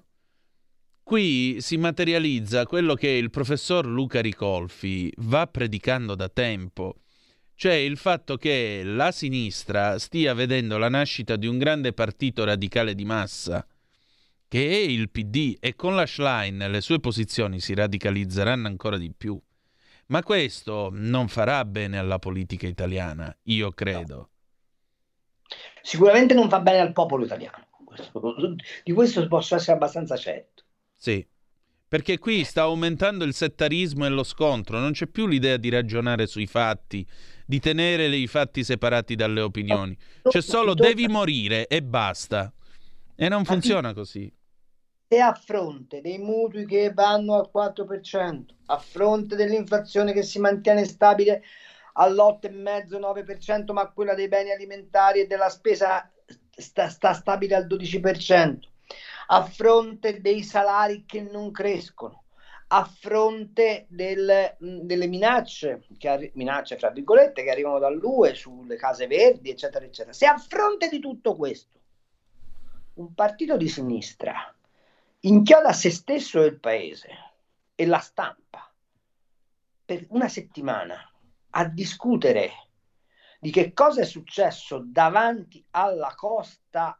Qui si materializza quello che il professor Luca Ricolfi va predicando da tempo, cioè il fatto che la sinistra stia vedendo la nascita di un grande partito radicale di massa, che è il P D, e con la Schlein le sue posizioni si radicalizzeranno ancora di più. Ma questo non farà bene alla politica italiana, io credo. Sicuramente non fa bene al popolo italiano, di questo posso essere abbastanza certo. Sì, perché qui sta aumentando il settarismo e lo scontro, non c'è più l'idea di ragionare sui fatti, di tenere i fatti separati dalle opinioni. C'è solo devi morire e basta. E non funziona così. Se a fronte dei mutui che vanno al quattro per cento, a fronte dell'inflazione che si mantiene stabile all'otto virgola cinque nove per cento, ma quella dei beni alimentari e della spesa sta, sta stabile al dodici per cento, a fronte dei salari che non crescono, a fronte del, delle minacce, che arri- minacce fra virgolette, che arrivano dall'U E sulle case verdi, eccetera, eccetera. Se a fronte di tutto questo un partito di sinistra inchioda se stesso e il paese e la stampa per una settimana a discutere di che cosa è successo davanti alla costa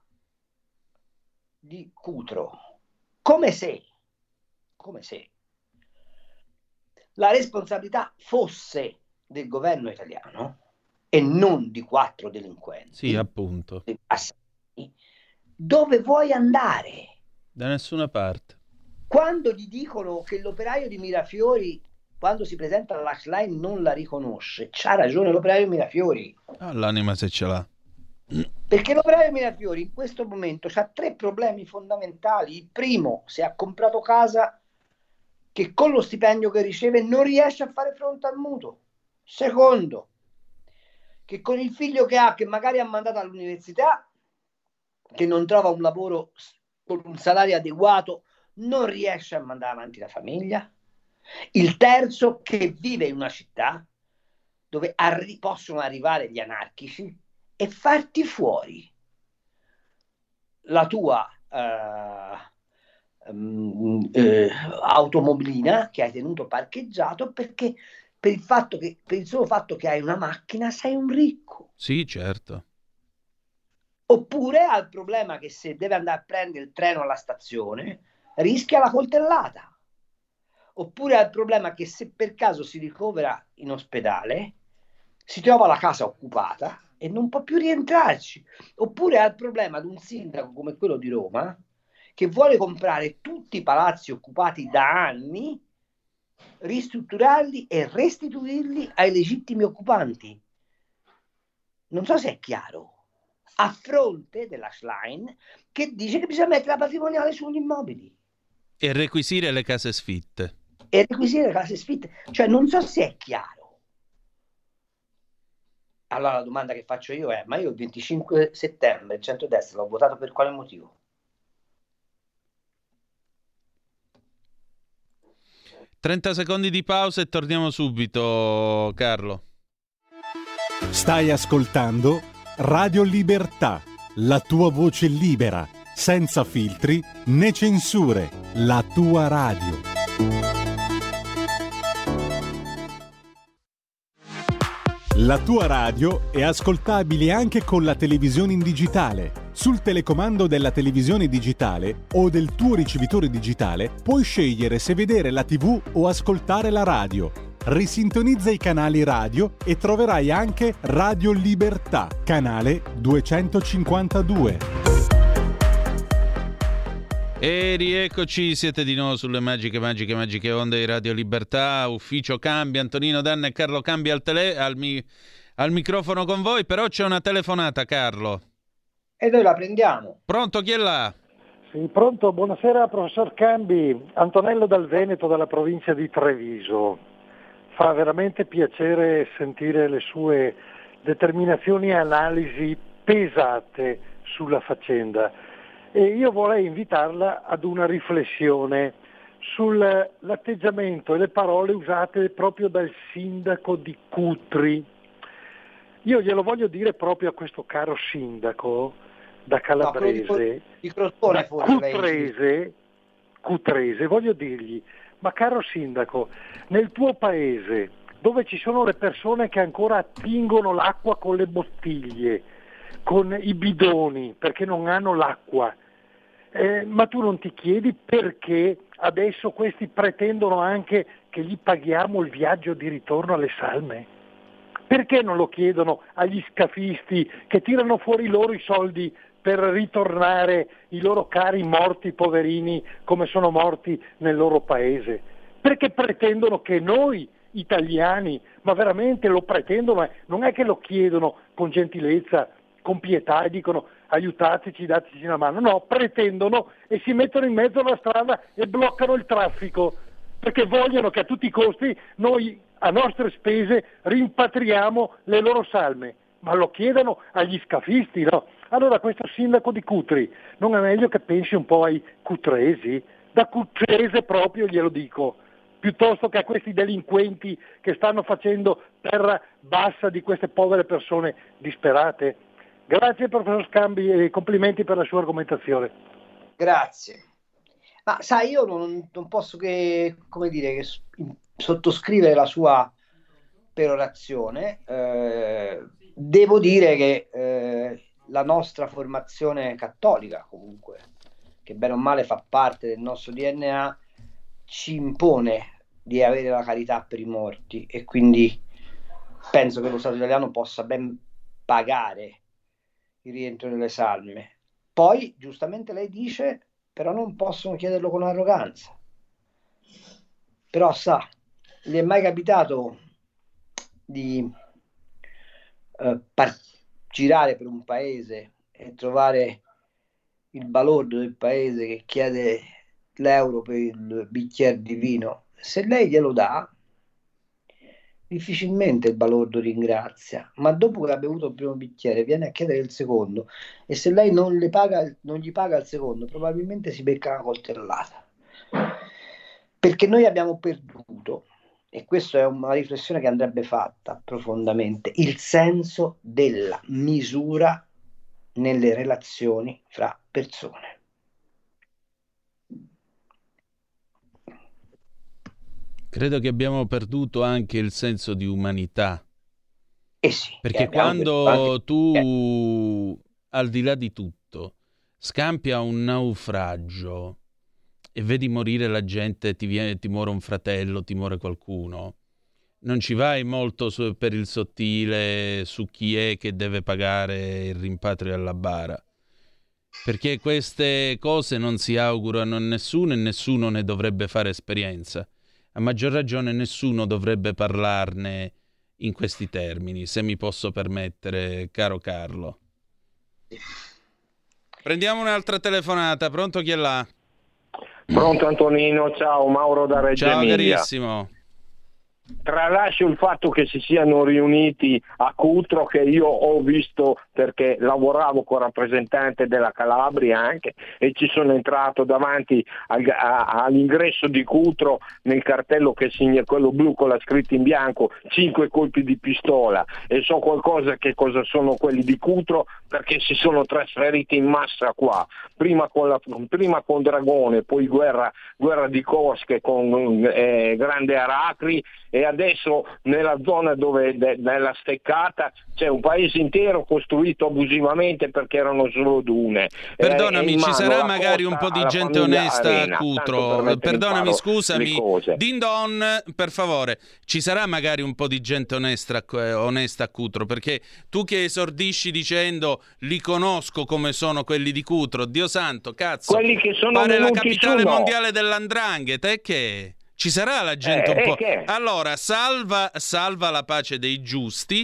di Cutro, come se, come se la responsabilità fosse del governo italiano e non di quattro delinquenti. Sì, appunto. Dove vuoi andare? Da nessuna parte. Quando gli dicono che l'operaio di Mirafiori, quando si presenta alla Schlein, non la riconosce, c'ha ragione l'operaio di Mirafiori. Ah, l'anima se ce l'ha. Perché l'operaio Mirafiori in questo momento ha tre problemi fondamentali. Il primo, se ha comprato casa, che con lo stipendio che riceve non riesce a fare fronte al mutuo. Secondo, che con il figlio che ha, che magari ha mandato all'università, che non trova un lavoro con un salario adeguato, non riesce a mandare avanti la famiglia. Il terzo, che vive in una città dove arri- possono arrivare gli anarchici e farti fuori la tua uh, um, uh, automobilina che hai tenuto parcheggiato perché per il fatto che per il solo fatto che hai una macchina sei un ricco. Sì, certo. Oppure ha il problema che se deve andare a prendere il treno alla stazione rischia la coltellata. Oppure ha il problema che se per caso si ricovera in ospedale si trova la casa occupata e non può più rientrarci. Oppure ha il problema di un sindaco come quello di Roma che vuole comprare tutti i palazzi occupati da anni, ristrutturarli e restituirli ai legittimi occupanti. Non so se è chiaro. A fronte della Schlein che dice che bisogna mettere la patrimoniale sugli immobili. E requisire le case sfitte. E requisire le case sfitte. Cioè non so se è chiaro. Allora la domanda che faccio io è: ma io il venticinque settembre il centrodestra l'ho votato per quale motivo? trenta secondi di pausa e torniamo subito, Carlo. Stai ascoltando Radio Libertà, la tua voce libera, senza filtri né censure, la tua radio. La tua radio è ascoltabile anche con la televisione in digitale. Sul telecomando della televisione digitale o del tuo ricevitore digitale puoi scegliere se vedere la tivù o ascoltare la radio. Risintonizza i canali radio e troverai anche Radio Libertà, canale duecentocinquantadue. E rieccoci, siete di nuovo sulle magiche, magiche, magiche onde di Radio Libertà. Ufficio cambia, Antonino Danna e Carlo Cambia al, tele, al, mi, al microfono con voi, però c'è una telefonata, Carlo. E noi la prendiamo. Pronto, chi è là? Sì, pronto, buonasera professor Cambi, Antonello dal Veneto, dalla provincia di Treviso. Fa veramente piacere sentire le sue determinazioni e analisi pesate sulla faccenda. E io vorrei invitarla ad una riflessione sull'atteggiamento e le parole usate proprio dal sindaco di Cutri. Io glielo voglio dire proprio a questo caro sindaco da Calabrese, di Crotone, da Cutrese, Cutrese, voglio dirgli, ma caro sindaco, nel tuo paese, dove ci sono le persone che ancora attingono l'acqua con le bottiglie, con i bidoni, perché non hanno l'acqua, eh, ma tu non ti chiedi perché adesso questi pretendono anche che gli paghiamo il viaggio di ritorno alle salme? Perché non lo chiedono agli scafisti che tirano fuori loro i soldi per ritornare i loro cari morti poverini come sono morti nel loro paese? Perché pretendono che noi italiani, ma veramente lo pretendono, ma non è che lo chiedono con gentilezza, con pietà e dicono aiutateci, dateci una mano, no, pretendono e si mettono in mezzo alla strada e bloccano il traffico, perché vogliono che a tutti i costi noi a nostre spese rimpatriamo le loro salme, ma lo chiedono agli scafisti, no? Allora questo sindaco di Cutri non è meglio che pensi un po' ai cutresi? Da cutrese proprio glielo dico, piuttosto che a questi delinquenti che stanno facendo terra bassa di queste povere persone disperate. Grazie professor Scambi e complimenti per la sua argomentazione. Grazie. Ma sai, io non, non posso che, come dire, che sottoscrivere la sua perorazione. Eh, devo dire che eh, la nostra formazione cattolica, comunque, che bene o male fa parte del nostro D N A, ci impone di avere la carità per i morti, e quindi penso che lo Stato italiano possa ben pagare il rientro nelle salme. Poi, giustamente lei dice, però non possono chiederlo con arroganza. Però sa, gli è mai capitato di eh, par- girare per un paese e trovare il balordo del paese che chiede l'euro per il bicchiere di vino? Se lei glielo dà, difficilmente il balordo ringrazia, ma dopo che ha bevuto il primo bicchiere viene a chiedere il secondo, e se lei non, le paga, non gli paga il secondo, probabilmente si becca una coltellata, perché noi abbiamo perduto, e questa è una riflessione che andrebbe fatta profondamente, il senso della misura nelle relazioni fra persone. Credo che abbiamo perduto anche il senso di umanità. Eh sì, perché eh, quando tu, al di là di tutto, scampi a un naufragio e vedi morire la gente, ti, viene, ti muore un fratello, ti muore qualcuno, non ci vai molto su, per il sottile su chi è che deve pagare il rimpatrio alla bara, perché queste cose non si augurano a nessuno e nessuno ne dovrebbe fare esperienza. A maggior ragione nessuno dovrebbe parlarne in questi termini, se mi posso permettere, caro Carlo. Prendiamo un'altra telefonata. Pronto, chi è là? Pronto Antonino, ciao, Mauro da Reggio Ciao, Emilia. carissimo. Tralascio il fatto che si siano riuniti a Cutro, che io ho visto perché lavoravo con rappresentante della Calabria anche, e ci sono entrato davanti al, a, all'ingresso di Cutro, nel cartello che segna quello blu con la scritta in bianco cinque colpi di pistola, e so qualcosa che cosa sono quelli di Cutro perché si sono trasferiti in massa qua, prima con, la, prima con Dragone, poi guerra, guerra di cosche con eh, Grande Aracri, e adesso nella zona dove de, nella steccata c'è un paese intero costruito abusivamente perché erano solo dune. Perdonami, eh, ci sarà magari un po' di gente onesta Arena, a Cutro. per Perdonami, scusami, cose. Dindon, per favore, ci sarà magari un po' di gente onesta, onesta a Cutro, perché tu che esordisci dicendo li conosco come sono quelli di Cutro, Dio santo, cazzo, quelli che sono pare la venuti capitale su, no. mondiale dell'andrangheta, e che ci sarà la gente eh, un po'. Che? Allora, salva, salva la pace dei giusti.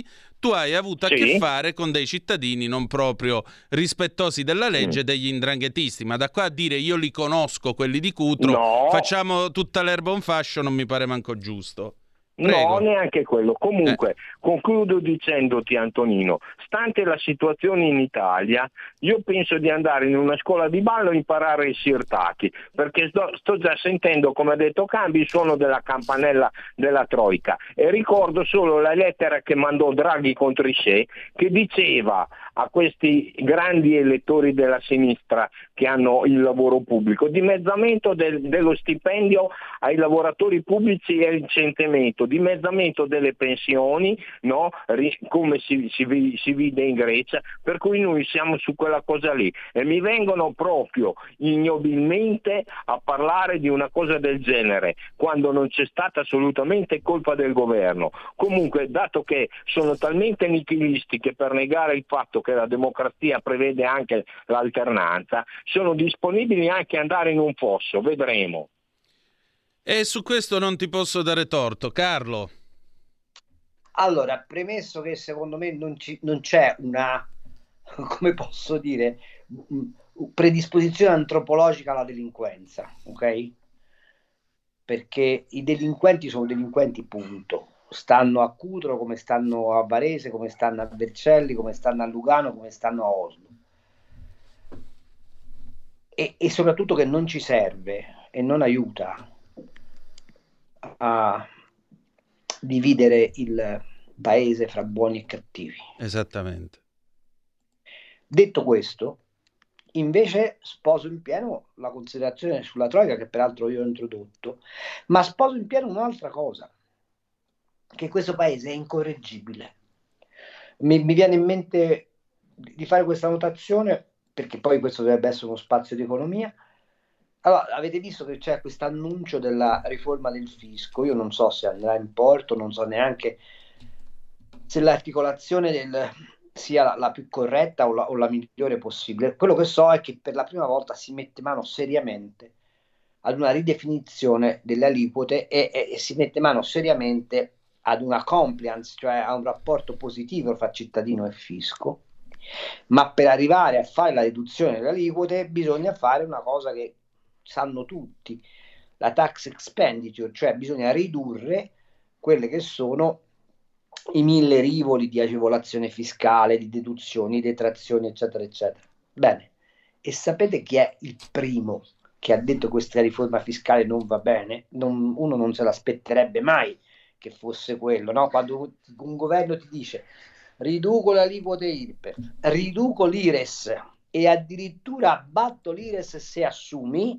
tu hai avuto a Sì. che fare con dei cittadini non proprio rispettosi della legge, Mm. degli indranghetisti, ma da qua a dire io li conosco, quelli di Cutro, No. facciamo tutta l'erba un fascio, non mi pare manco giusto. Prego. No, neanche quello. Comunque, concludo dicendoti, Antonino, stante la situazione in Italia, io penso di andare in una scuola di ballo a imparare i sirtaki, perché sto, sto già sentendo, come ha detto Cambi, il suono della campanella della Troica. E ricordo solo la lettera che mandò Draghi con Trichet, che diceva a questi grandi elettori della sinistra che hanno il lavoro pubblico, dimezzamento del, dello stipendio ai lavoratori pubblici e licenziamento, dimezzamento delle pensioni, no? Ri- come si, si, vi- si vede in Grecia, per cui noi siamo su quella cosa lì e mi vengono proprio ignobilmente a parlare di una cosa del genere quando non c'è stata assolutamente colpa del governo. Comunque, dato che sono talmente nichilisti che per negare il fatto che la democrazia prevede anche l'alternanza, sono disponibili anche ad andare in un fosso, vedremo. E su questo non ti posso dare torto, Carlo. Allora, premesso che secondo me non, ci, non c'è una, come posso dire, mh, predisposizione antropologica alla delinquenza, ok? Perché i delinquenti sono delinquenti, punto. Stanno a Cutro come stanno a Varese, come stanno a Vercelli, come stanno a Lugano, come stanno a Oslo. E, e soprattutto che non ci serve e non aiuta a dividere il paese fra buoni e cattivi. Esattamente. Detto questo, invece sposo in pieno la considerazione sulla Troica, che peraltro io ho introdotto, ma sposo in pieno un'altra cosa, che questo paese è incorreggibile. Mi, mi viene in mente di fare questa notazione, perché poi questo dovrebbe essere uno spazio di economia. Allora, avete visto che c'è questo annuncio della riforma del fisco, io non so se andrà in porto, non so neanche se l'articolazione del, sia la, la più corretta o la, o la migliore possibile. Quello che so è che per la prima volta si mette mano seriamente ad una ridefinizione delle aliquote e, e, e si mette mano seriamente ad una compliance, cioè a un rapporto positivo fra cittadino e fisco, ma per arrivare a fare la riduzione delle aliquote bisogna fare una cosa che sanno tutti, la tax expenditure, cioè bisogna ridurre quelle che sono i mille rivoli di agevolazione fiscale, di deduzioni, detrazioni, eccetera, eccetera. Bene, e sapete chi è il primo che ha detto che questa riforma fiscale non va bene? Non, uno non se l'aspetterebbe mai che fosse quello, no? Quando un governo ti dice riduco l'aliquote I R P E F, riduco l'I R E S e addirittura abbatto l'I R E S se assumi,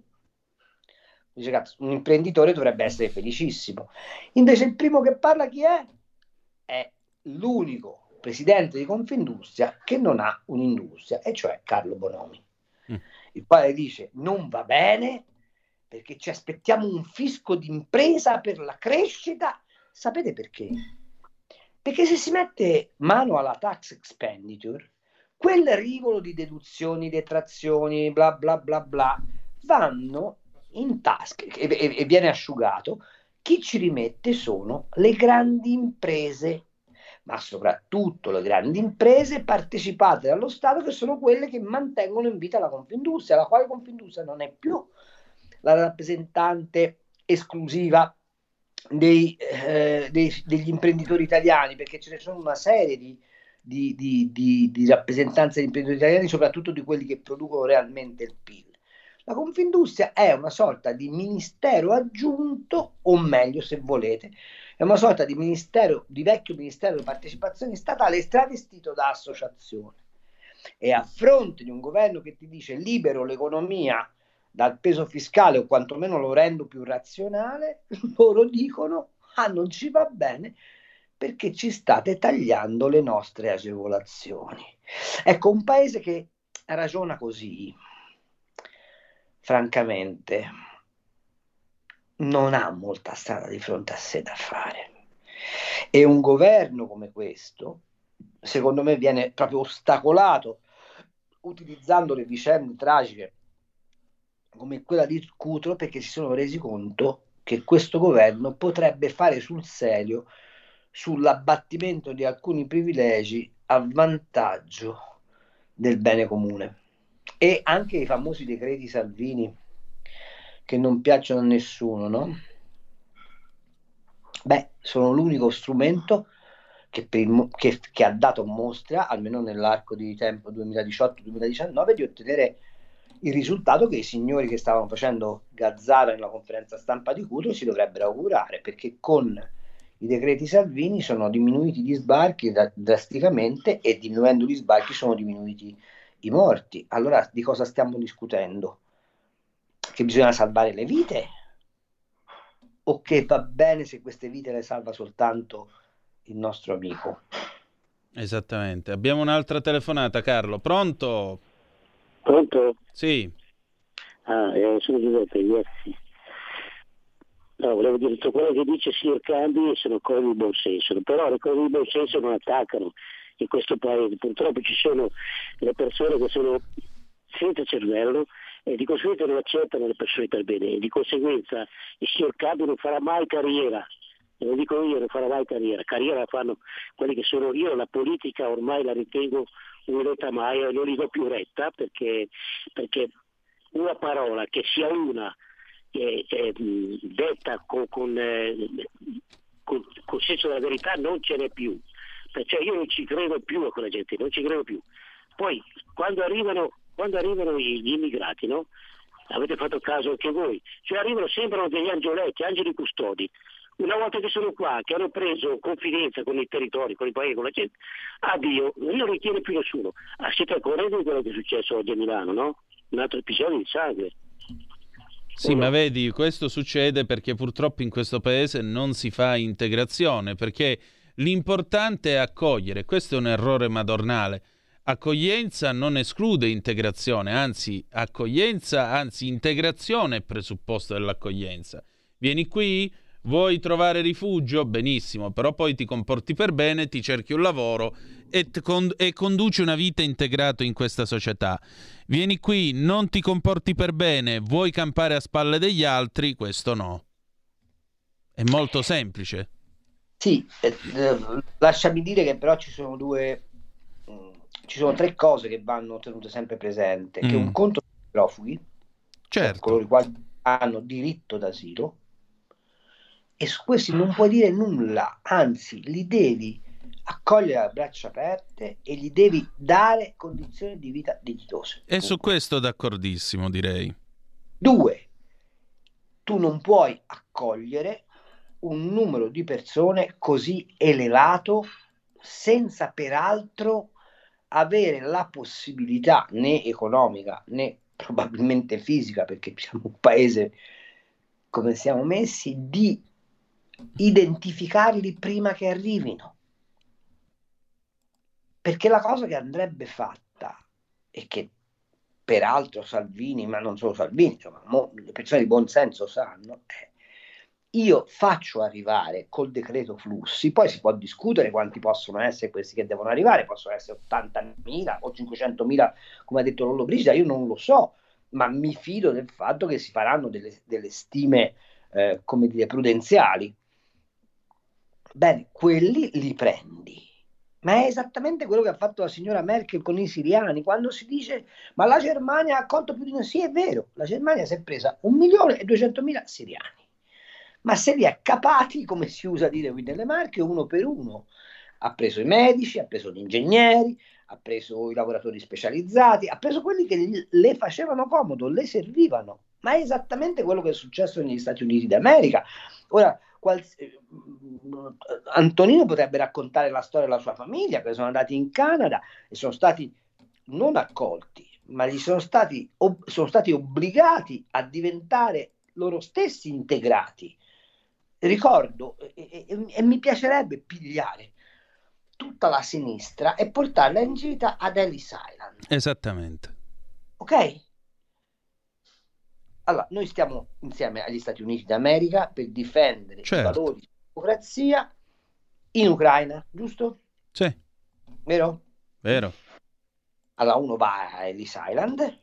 dice, cazzo, un imprenditore dovrebbe essere felicissimo. Invece il primo che parla chi è? È l'unico presidente di Confindustria che non ha un'industria, e cioè Carlo Bonomi, mm. il quale dice non va bene perché ci aspettiamo un fisco d'impresa per la crescita. Sapete perché? Perché se si mette mano alla tax expenditure, quel rivolo di deduzioni, detrazioni, bla bla bla bla, vanno in tasca e, e, e viene asciugato. Chi ci rimette sono le grandi imprese, ma soprattutto le grandi imprese partecipate dallo Stato, che sono quelle che mantengono in vita la Confindustria, la quale Confindustria non è più la rappresentante esclusiva dei, eh, dei, degli imprenditori italiani, perché ce ne sono una serie di, di, di, di, di rappresentanze di imprenditori italiani, soprattutto di quelli che producono realmente il P I L. La Confindustria è una sorta di ministero aggiunto, o meglio se volete, è una sorta di ministero, di vecchio ministero di partecipazione statale travestito da associazione. E a fronte di un governo che ti dice libero l'economia dal peso fiscale o quantomeno lo rendo più razionale, loro dicono ah non ci va bene perché ci state tagliando le nostre agevolazioni. Ecco, un paese che ragiona così, francamente, non ha molta strada di fronte a sé da fare. E un governo come questo, secondo me, viene proprio ostacolato utilizzando le vicende tragiche come quella di Cutro, perché si sono resi conto che questo governo potrebbe fare sul serio sull'abbattimento di alcuni privilegi a vantaggio del bene comune. E anche i famosi decreti Salvini, che non piacciono a nessuno, no? Beh, sono l'unico strumento che, per il, che, che ha dato mostra, almeno nell'arco di tempo duemiladiciotto duemiladiciannove, di ottenere il risultato che i signori che stavano facendo gazzara nella conferenza stampa di Cutro si dovrebbero augurare, perché con i decreti Salvini sono diminuiti gli sbarchi da, drasticamente, e diminuendo gli sbarchi sono diminuiti i morti. Allora di cosa stiamo discutendo? Che bisogna salvare le vite? O che va bene se queste vite le salva soltanto il nostro amico? Esattamente. Abbiamo un'altra telefonata, Carlo. Pronto? Pronto? Sì. Ah, eh, sono Giuseppe, grazie. No, volevo dire tutto quello che dice il signor Cambi sono cose di buon senso, però le cose di buon senso non attaccano in questo paese. Purtroppo ci sono le persone che sono senza cervello e di conseguenza non accettano le persone per bene, e di conseguenza il signor Cambi non farà mai carriera. E lo dico io, non farà mai carriera. Carriera la fanno quelli che sono io, la politica ormai la ritengo un retta mai e non gli do più retta, perché, perché una parola che sia una eh, eh, detta con, con, eh, con, con senso della verità non ce n'è più, perciò io non ci credo più a quella gente, non ci credo più. Poi quando arrivano, quando arrivano gli, gli immigrati, no? Avete fatto caso anche voi, cioè arrivano, sembrano degli angioletti, angeli custodi. Una volta che sono qua, che hanno preso confidenza con i territori, con i paesi, con la gente, addio, non lo ritiene più nessuno. Ah, siete al corrente di quello che è successo oggi a Milano, no? Un altro episodio di sangue. Sì, Uno. Ma vedi, questo succede perché purtroppo in questo paese non si fa integrazione, perché l'importante è accogliere. Questo è un errore madornale. Accoglienza non esclude integrazione, anzi, accoglienza, anzi, integrazione è presupposto dell'accoglienza. Vieni qui? Vuoi trovare rifugio? Benissimo, però poi ti comporti per bene, ti cerchi un lavoro e, con- e conduci una vita integrata in questa società. Vieni qui, non ti comporti per bene, vuoi campare a spalle degli altri? Questo no. È molto semplice. Sì, eh, eh, lasciami dire che però ci sono due, mh, ci sono tre cose che vanno tenute sempre presente, mm. che un conto sono i profughi, certo, coloro i quali hanno diritto d'asilo, e su questi non puoi dire nulla, anzi li devi accogliere a braccia aperte e gli devi dare condizioni di vita dignitose. E su questo d'accordissimo, direi. Due, tu non puoi accogliere un numero di persone così elevato senza peraltro avere la possibilità né economica né probabilmente fisica, perché siamo un paese come siamo messi, di identificarli prima che arrivino. Perché la cosa che andrebbe fatta, e che peraltro Salvini, ma non solo Salvini, insomma, mo, le persone di buon senso sanno, è: io faccio arrivare col decreto flussi, poi si può discutere quanti possono essere questi che devono arrivare, possono essere ottantamila o cinquecentomila, come ha detto Lollobrigida, io non lo so, ma mi fido del fatto che si faranno delle, delle stime, eh, come dire, prudenziali. Bene, quelli li prendi. Ma è esattamente quello che ha fatto la signora Merkel con i siriani, quando si dice ma la Germania ha accolto più di noi. Sì, è vero, la Germania si è presa un milione e duecentomila siriani, ma se li è capati, come si usa dire qui nelle Marche, uno per uno. Ha preso i medici, ha preso gli ingegneri, ha preso i lavoratori specializzati, ha preso quelli che le facevano comodo, le servivano. Ma è esattamente quello che è successo negli Stati Uniti d'America. Ora, quals- Antonino potrebbe raccontare la storia della sua famiglia, che sono andati in Canada e sono stati non accolti, ma gli sono stati, ob- sono stati obbligati a diventare loro stessi integrati. Ricordo, e, e, e mi piacerebbe pigliare tutta la sinistra e portarla in gita ad Ellis Island. Esattamente. Ok? Allora, noi stiamo insieme agli Stati Uniti d'America per difendere certo. i valori di democrazia in Ucraina, giusto? Sì. Vero? Vero. Allora uno va a Ellis Island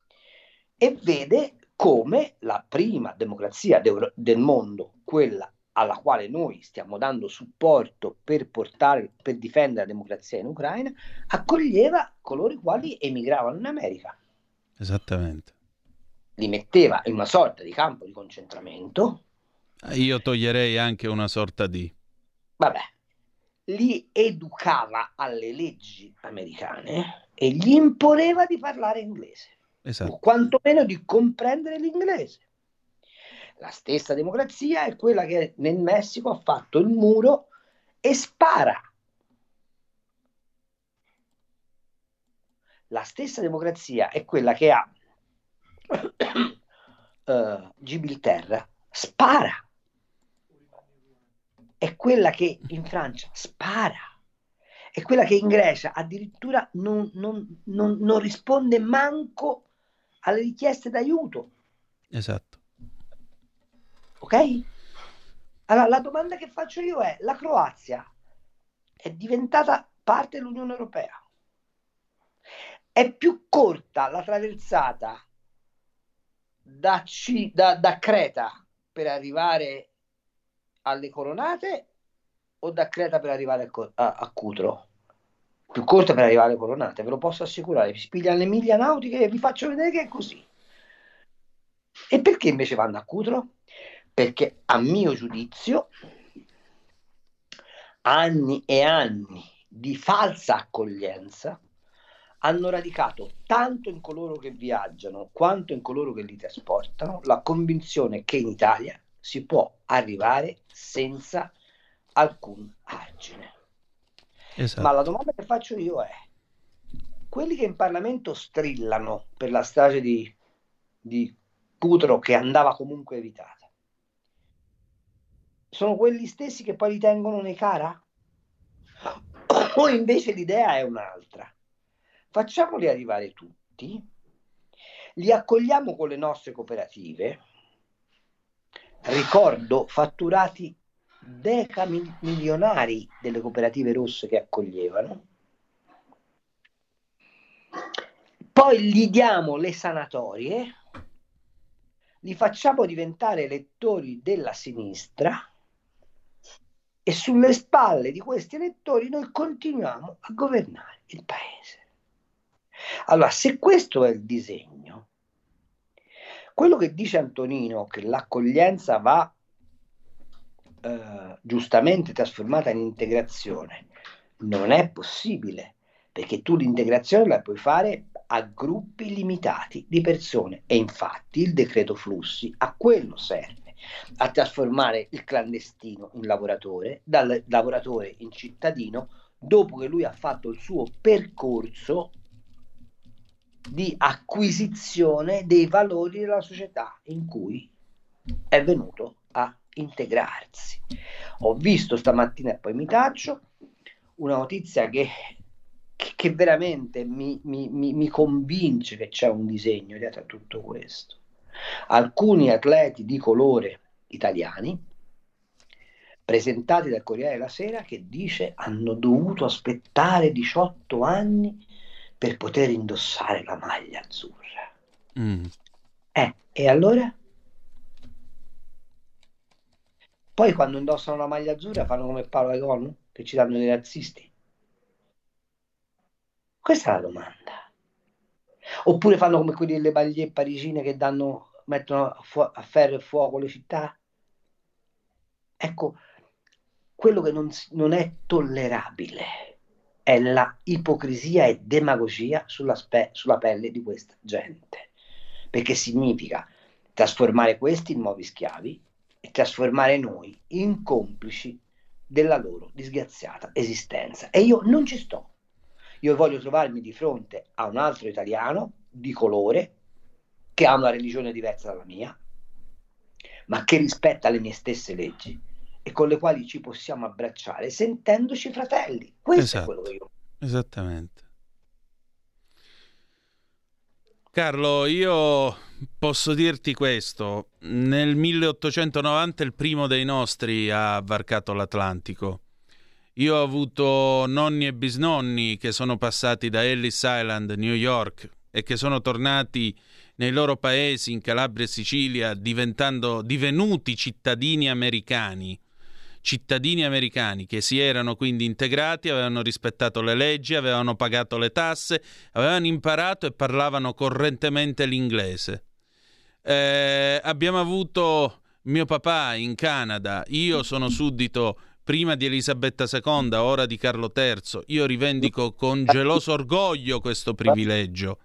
e vede come la prima democrazia de- del mondo, quella alla quale noi stiamo dando supporto per portare, per difendere la democrazia in Ucraina, accoglieva coloro i quali emigravano in America. Esattamente. Li metteva in una sorta di campo di concentramento. Io toglierei anche una sorta di... Vabbè, li educava alle leggi americane e gli imponeva di parlare inglese, esatto. o quantomeno di comprendere l'inglese. La stessa democrazia è quella che nel Messico ha fatto il muro e spara. La stessa democrazia è quella che ha uh, Gibilterra, spara. È quella che in Francia spara. È quella che in Grecia addirittura non, non, non, non risponde manco alle richieste d'aiuto. Esatto. Ok? Allora la domanda che faccio io è: la Croazia è diventata parte dell'Unione Europea? È più corta la traversata da, C, da, da Creta per arrivare alle Coronate o da Creta per arrivare a, a, a Cutro? Più corta per arrivare alle Coronate, ve lo posso assicurare. Si pigliano le miglia nautiche e vi faccio vedere che è così. E perché invece vanno a Cutro? Perché a mio giudizio anni e anni di falsa accoglienza hanno radicato tanto in coloro che viaggiano quanto in coloro che li trasportano la convinzione che in Italia si può arrivare senza alcun argine. Esatto. Ma la domanda che faccio io è: quelli che in Parlamento strillano per la strage di, di Cutro, che andava comunque evitata, sono quelli stessi che poi li tengono nei cara? O invece l'idea è un'altra? Facciamoli arrivare tutti, li accogliamo con le nostre cooperative, ricordo fatturati decamilionari delle cooperative rosse che accoglievano, poi gli diamo le sanatorie, li facciamo diventare elettori della sinistra e sulle spalle di questi elettori noi continuiamo a governare il paese. Allora, se questo è il disegno, quello che dice Antonino, che l'accoglienza va eh, giustamente trasformata in integrazione, non è possibile, perché tu l'integrazione la puoi fare a gruppi limitati di persone e infatti il decreto flussi a quello serve, a trasformare il clandestino in lavoratore, dal lavoratore in cittadino, dopo che lui ha fatto il suo percorso di acquisizione dei valori della società in cui è venuto a integrarsi. Ho visto stamattina, e poi mi taccio, una notizia che, che, che veramente mi, mi, mi, mi convince che c'è un disegno dietro a tutto questo. Alcuni atleti di colore italiani presentati dal Corriere della Sera che dice hanno dovuto aspettare diciotto anni per poter indossare la maglia azzurra. Mm. Eh, e allora? Poi quando indossano la maglia azzurra fanno come Paolo Agon, che ci danno dei razzisti. Questa è la domanda. Oppure fanno come quelli delle banlieue parigine che danno, mettono a, fu- a ferro e fuoco le città. Ecco, quello che non, non è tollerabile è la ipocrisia e demagogia sulla, spe- sulla pelle di questa gente, perché significa trasformare questi in nuovi schiavi e trasformare noi in complici della loro disgraziata esistenza. E io non ci sto. Io voglio trovarmi di fronte a un altro italiano di colore che ha una religione diversa dalla mia, ma che rispetta le mie stesse leggi e con le quali ci possiamo abbracciare sentendoci fratelli. Questo esatto. è quello che io... Esattamente. Carlo, io posso dirti questo: nel milleottocentonovanta il primo dei nostri ha varcato l'Atlantico. Io ho avuto nonni e bisnonni che sono passati da Ellis Island, New York, e che sono tornati nei loro paesi in Calabria e Sicilia diventando divenuti cittadini americani cittadini americani che si erano quindi integrati, avevano rispettato le leggi, avevano pagato le tasse, avevano imparato e parlavano correntemente l'inglese. Eh, abbiamo avuto mio papà in Canada, io sono suddito prima di Elisabetta seconda, ora di Carlo terzo, io rivendico con geloso orgoglio questo privilegio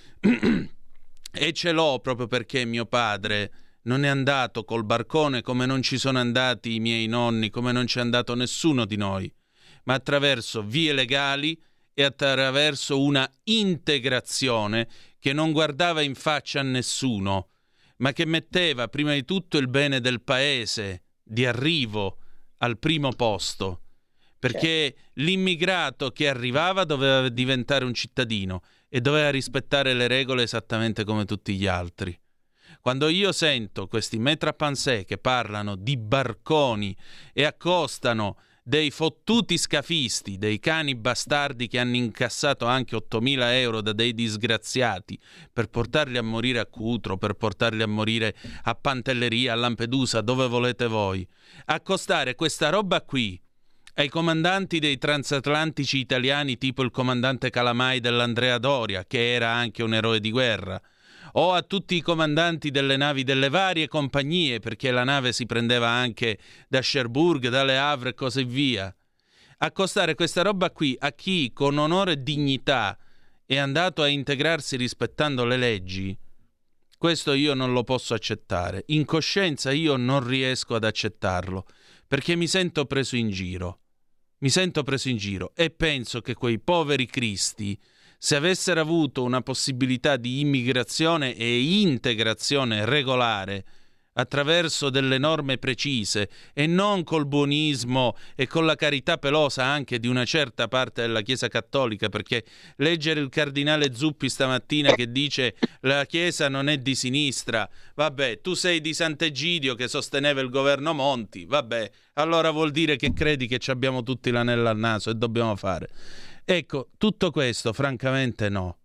e ce l'ho proprio perché mio padre non è andato col barcone come non ci sono andati i miei nonni, come non c'è andato nessuno di noi, ma attraverso vie legali e attraverso una integrazione che non guardava in faccia a nessuno, ma che metteva prima di tutto il bene del paese di arrivo al primo posto, perché l'immigrato che arrivava doveva diventare un cittadino e doveva rispettare le regole esattamente come tutti gli altri. Quando io sento questi metrapansè che parlano di barconi e accostano dei fottuti scafisti, dei cani bastardi che hanno incassato anche ottomila euro da dei disgraziati per portarli a morire a Cutro, per portarli a morire a Pantelleria, a Lampedusa, dove volete voi, accostare questa roba qui ai comandanti dei transatlantici italiani tipo il comandante Calamai dell'Andrea Doria, che era anche un eroe di guerra, o a tutti i comandanti delle navi delle varie compagnie, perché la nave si prendeva anche da Cherbourg, dalle Havre e così via. Accostare questa roba qui a chi con onore e dignità è andato a integrarsi rispettando le leggi, questo io non lo posso accettare. In coscienza io non riesco ad accettarlo, perché mi sento preso in giro. Mi sento preso in giro e penso che quei poveri cristi, se avessero avuto una possibilità di immigrazione e integrazione regolare attraverso delle norme precise e non col buonismo e con la carità pelosa anche di una certa parte della Chiesa Cattolica, perché leggere il cardinale Zuppi stamattina che dice la Chiesa non è di sinistra, vabbè, tu sei di Sant'Egidio che sosteneva il governo Monti, vabbè, allora vuol dire che credi che ci abbiamo tutti l'anello al naso e dobbiamo fare. Ecco, tutto questo francamente no.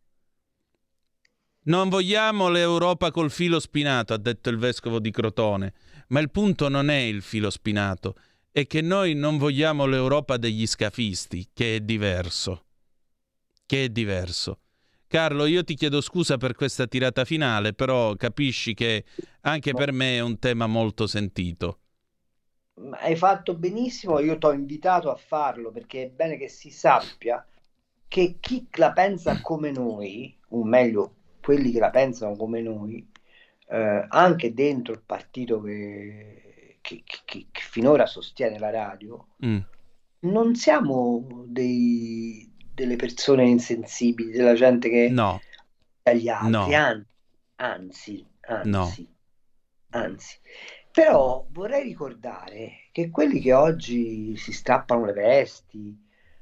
Non vogliamo l'Europa col filo spinato, ha detto il vescovo di Crotone, ma il punto non è il filo spinato, è che noi non vogliamo l'Europa degli scafisti, che è diverso. Che è diverso. Carlo, io ti chiedo scusa per questa tirata finale, però capisci che anche per me è un tema molto sentito. Hai fatto benissimo, io ti ho invitato a farlo perché è bene che si sappia che chi la pensa come noi, o meglio quelli che la pensano come noi, eh, anche dentro il partito che, che, che, che finora sostiene la radio, mm. non siamo dei, delle persone insensibili, della gente che no. agli altri, no. anzi, anzi, anzi, no. anzi. Però vorrei ricordare che quelli che oggi si strappano le vesti,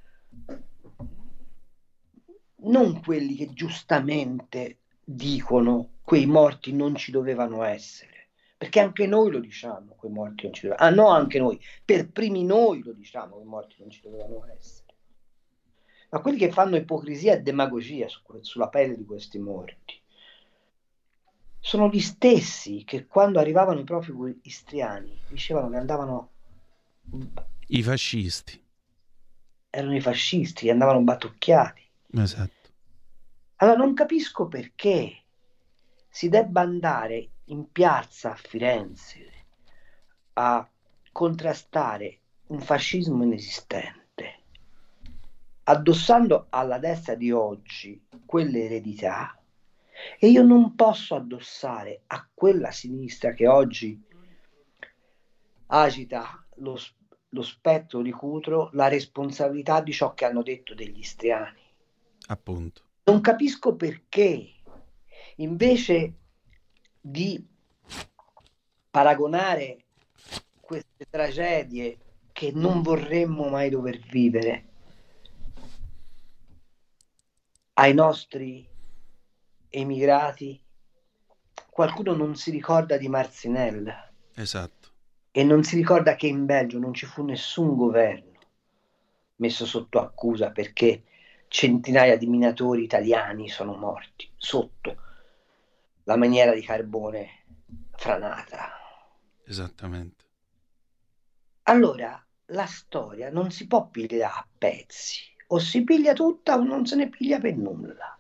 non quelli che giustamente dicono quei morti non ci dovevano essere, perché anche noi lo diciamo, quei morti non ci dovevano, ah no, anche noi, per primi noi lo diciamo, quei morti non ci dovevano essere, ma quelli che fanno ipocrisia e demagogia su, sulla pelle di questi morti sono gli stessi che quando arrivavano i profughi istriani dicevano che andavano, i fascisti, erano i fascisti che andavano battucchiati. Esatto. Allora non capisco perché si debba andare in piazza a Firenze a contrastare un fascismo inesistente, addossando alla destra di oggi quelle eredità, e io non posso addossare a quella sinistra che oggi agita lo, lo spettro di Cutro la responsabilità di ciò che hanno detto degli istriani. Appunto. Non capisco perché invece di paragonare queste tragedie che non vorremmo mai dover vivere ai nostri emigrati, qualcuno non si ricorda di Marcinelle. Esatto. E non si ricorda che in Belgio non ci fu nessun governo messo sotto accusa perché centinaia di minatori italiani sono morti sotto la miniera di carbone franata. Esattamente. Allora, la storia non si può pigliare a pezzi, o si piglia tutta o non se ne piglia per nulla.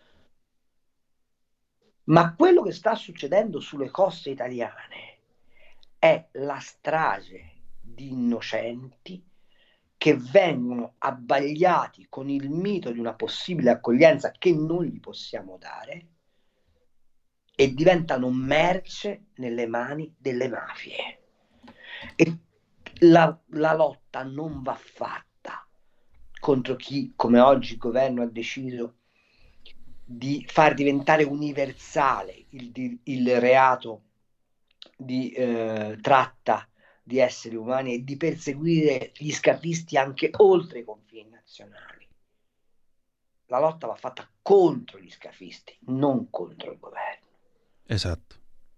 Ma quello che sta succedendo sulle coste italiane è la strage di innocenti che vengono abbagliati con il mito di una possibile accoglienza che non gli possiamo dare e diventano merce nelle mani delle mafie. E la, la lotta non va fatta contro chi, come oggi il governo ha deciso, di far diventare universale il, il reato di eh, tratta di esseri umani e di perseguire gli scafisti anche oltre i confini nazionali. La lotta va fatta contro gli scafisti, non contro il governo. Esatto.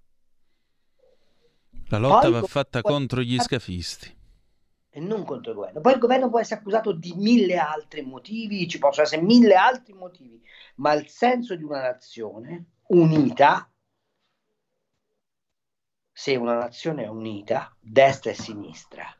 La lotta Poi, va fatta contro gli scafisti. E non contro il governo. Poi il governo può essere accusato di mille altri motivi, ci possono essere mille altri motivi, ma il senso di una nazione unita, se una nazione è unita, destra e sinistra,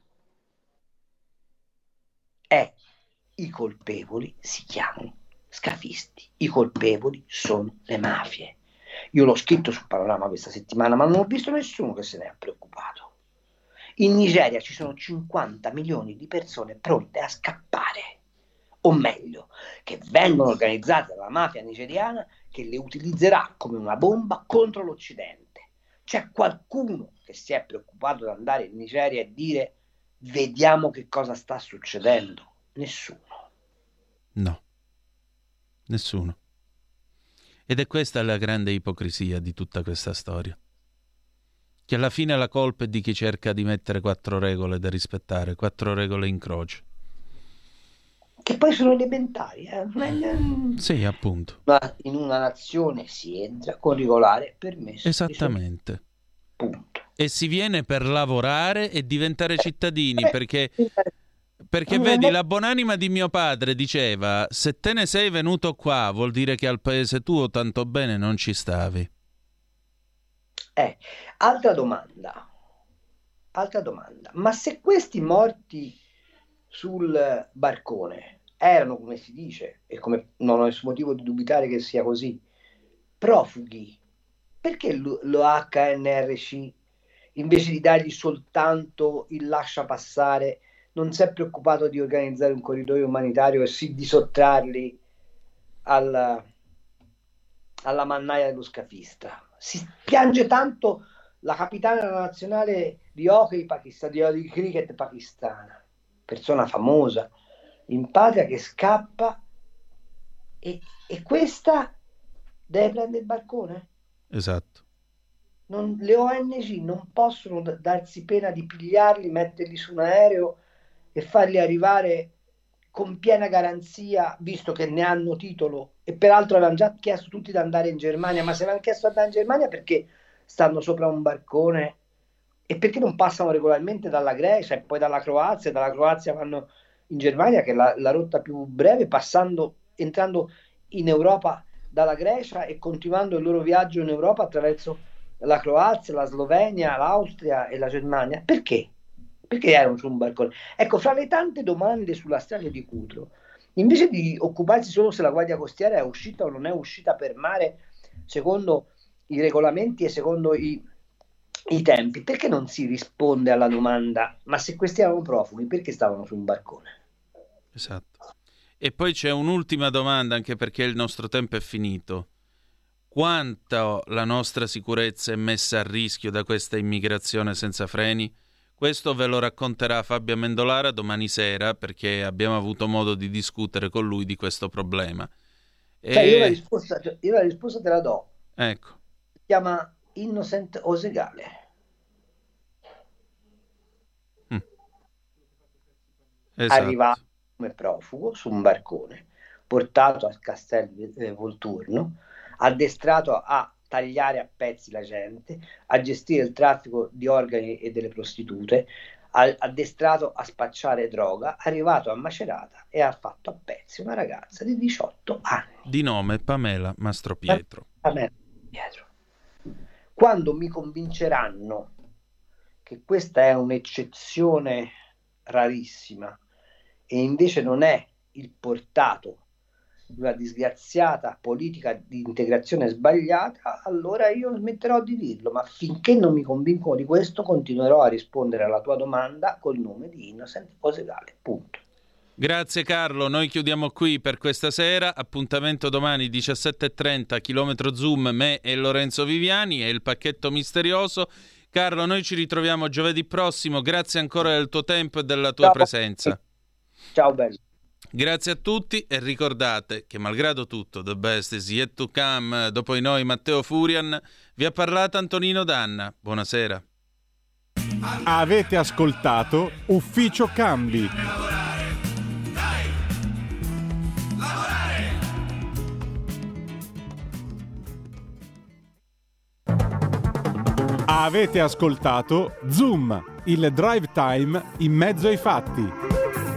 è i colpevoli si chiamano scafisti, i colpevoli sono le mafie. Io l'ho scritto sul Panorama questa settimana, ma non ho visto nessuno che se ne è preoccupato. In Nigeria ci sono cinquanta milioni di persone pronte a scappare, o meglio, che vengono organizzate dalla mafia nigeriana che le utilizzerà come una bomba contro l'Occidente. C'è qualcuno che si è preoccupato di andare in Nigeria e dire vediamo che cosa sta succedendo? Nessuno. No, nessuno. Ed è questa la grande ipocrisia di tutta questa storia. Che alla fine la colpa è di chi cerca di mettere quattro regole da rispettare, quattro regole in croce. Che poi sono elementari. Eh? Sì, appunto. Ma in una nazione si entra con regolare permesso. Esattamente. Punto. E si viene per lavorare e diventare cittadini, perché... Perché vedi, la buonanima di mio padre diceva: se te ne sei venuto qua vuol dire che al paese tuo tanto bene non ci stavi. Eh, altra domanda. Altra domanda. Ma se questi morti sul barcone erano, come si dice, e come non ho nessun motivo di dubitare che sia così, profughi, perché lo, lo H N R C, invece di dargli soltanto il lascia passare, non si è preoccupato di organizzare un corridoio umanitario e sì di sottrarli al, alla mannaia dello scafista? Si piange tanto la capitana nazionale di hockey pakistana, di cricket pakistana, persona famosa in patria che scappa e, e questa deve prendere il barcone? Esatto. Non, le O N G non possono d- darsi pena di pigliarli, metterli su un aereo e farli arrivare con piena garanzia, visto che ne hanno titolo, e peraltro avevano già chiesto tutti di andare in Germania, ma se avevano chiesto di andare in Germania perché stanno sopra un barcone e perché non passano regolarmente dalla Grecia e poi dalla Croazia, e dalla Croazia vanno in Germania, che è la, la rotta più breve, passando, entrando in Europa dalla Grecia e continuando il loro viaggio in Europa attraverso la Croazia, la Slovenia, l'Austria e la Germania. Perché? Perché erano su un barcone? Ecco, fra le tante domande sulla strage di Cutro, invece di occuparsi solo se la Guardia Costiera è uscita o non è uscita per mare secondo i regolamenti e secondo i, i tempi, perché non si risponde alla domanda: ma se questi erano profughi, perché stavano su un barcone? Esatto. E poi c'è un'ultima domanda, anche perché il nostro tempo è finito. Quanto la nostra sicurezza è messa a rischio da questa immigrazione senza freni? Questo ve lo racconterà Fabio Amendolara domani sera, perché abbiamo avuto modo di discutere con lui di questo problema. E... Cioè, io, la risposta, io la risposta te la do. Ecco. Si chiama Innocent Osegale. Mm. Esatto. Arrivato come profugo su un barcone, portato a Castel Volturno, addestrato a tagliare a pezzi la gente, a gestire il traffico di organi e delle prostitute, addestrato a spacciare droga, arrivato a Macerata e ha fatto a pezzi una ragazza di diciotto anni. Di nome Pamela Mastropietro. Pamela Mastropietro. Quando mi convinceranno che questa è un'eccezione rarissima e invece non è il portato di una disgraziata politica di integrazione sbagliata, allora io smetterò di dirlo, ma finché non mi convincono di questo continuerò a rispondere alla tua domanda col nome di Innocent Posedale, punto. Grazie Carlo, noi chiudiamo qui per questa sera, appuntamento domani diciassette e trenta, chilometro Zoom, me e Lorenzo Viviani e il pacchetto misterioso. Carlo, noi ci ritroviamo giovedì prossimo, grazie ancora del tuo tempo e della tua Ciao. presenza. Ciao bello. Grazie a tutti e ricordate che malgrado tutto, the best is yet to come, dopo di noi Matteo Furian, vi ha parlato Antonino Danna, buonasera. Avete ascoltato Ufficio Cambi. Avete ascoltato Zoom, il drive time in mezzo ai fatti.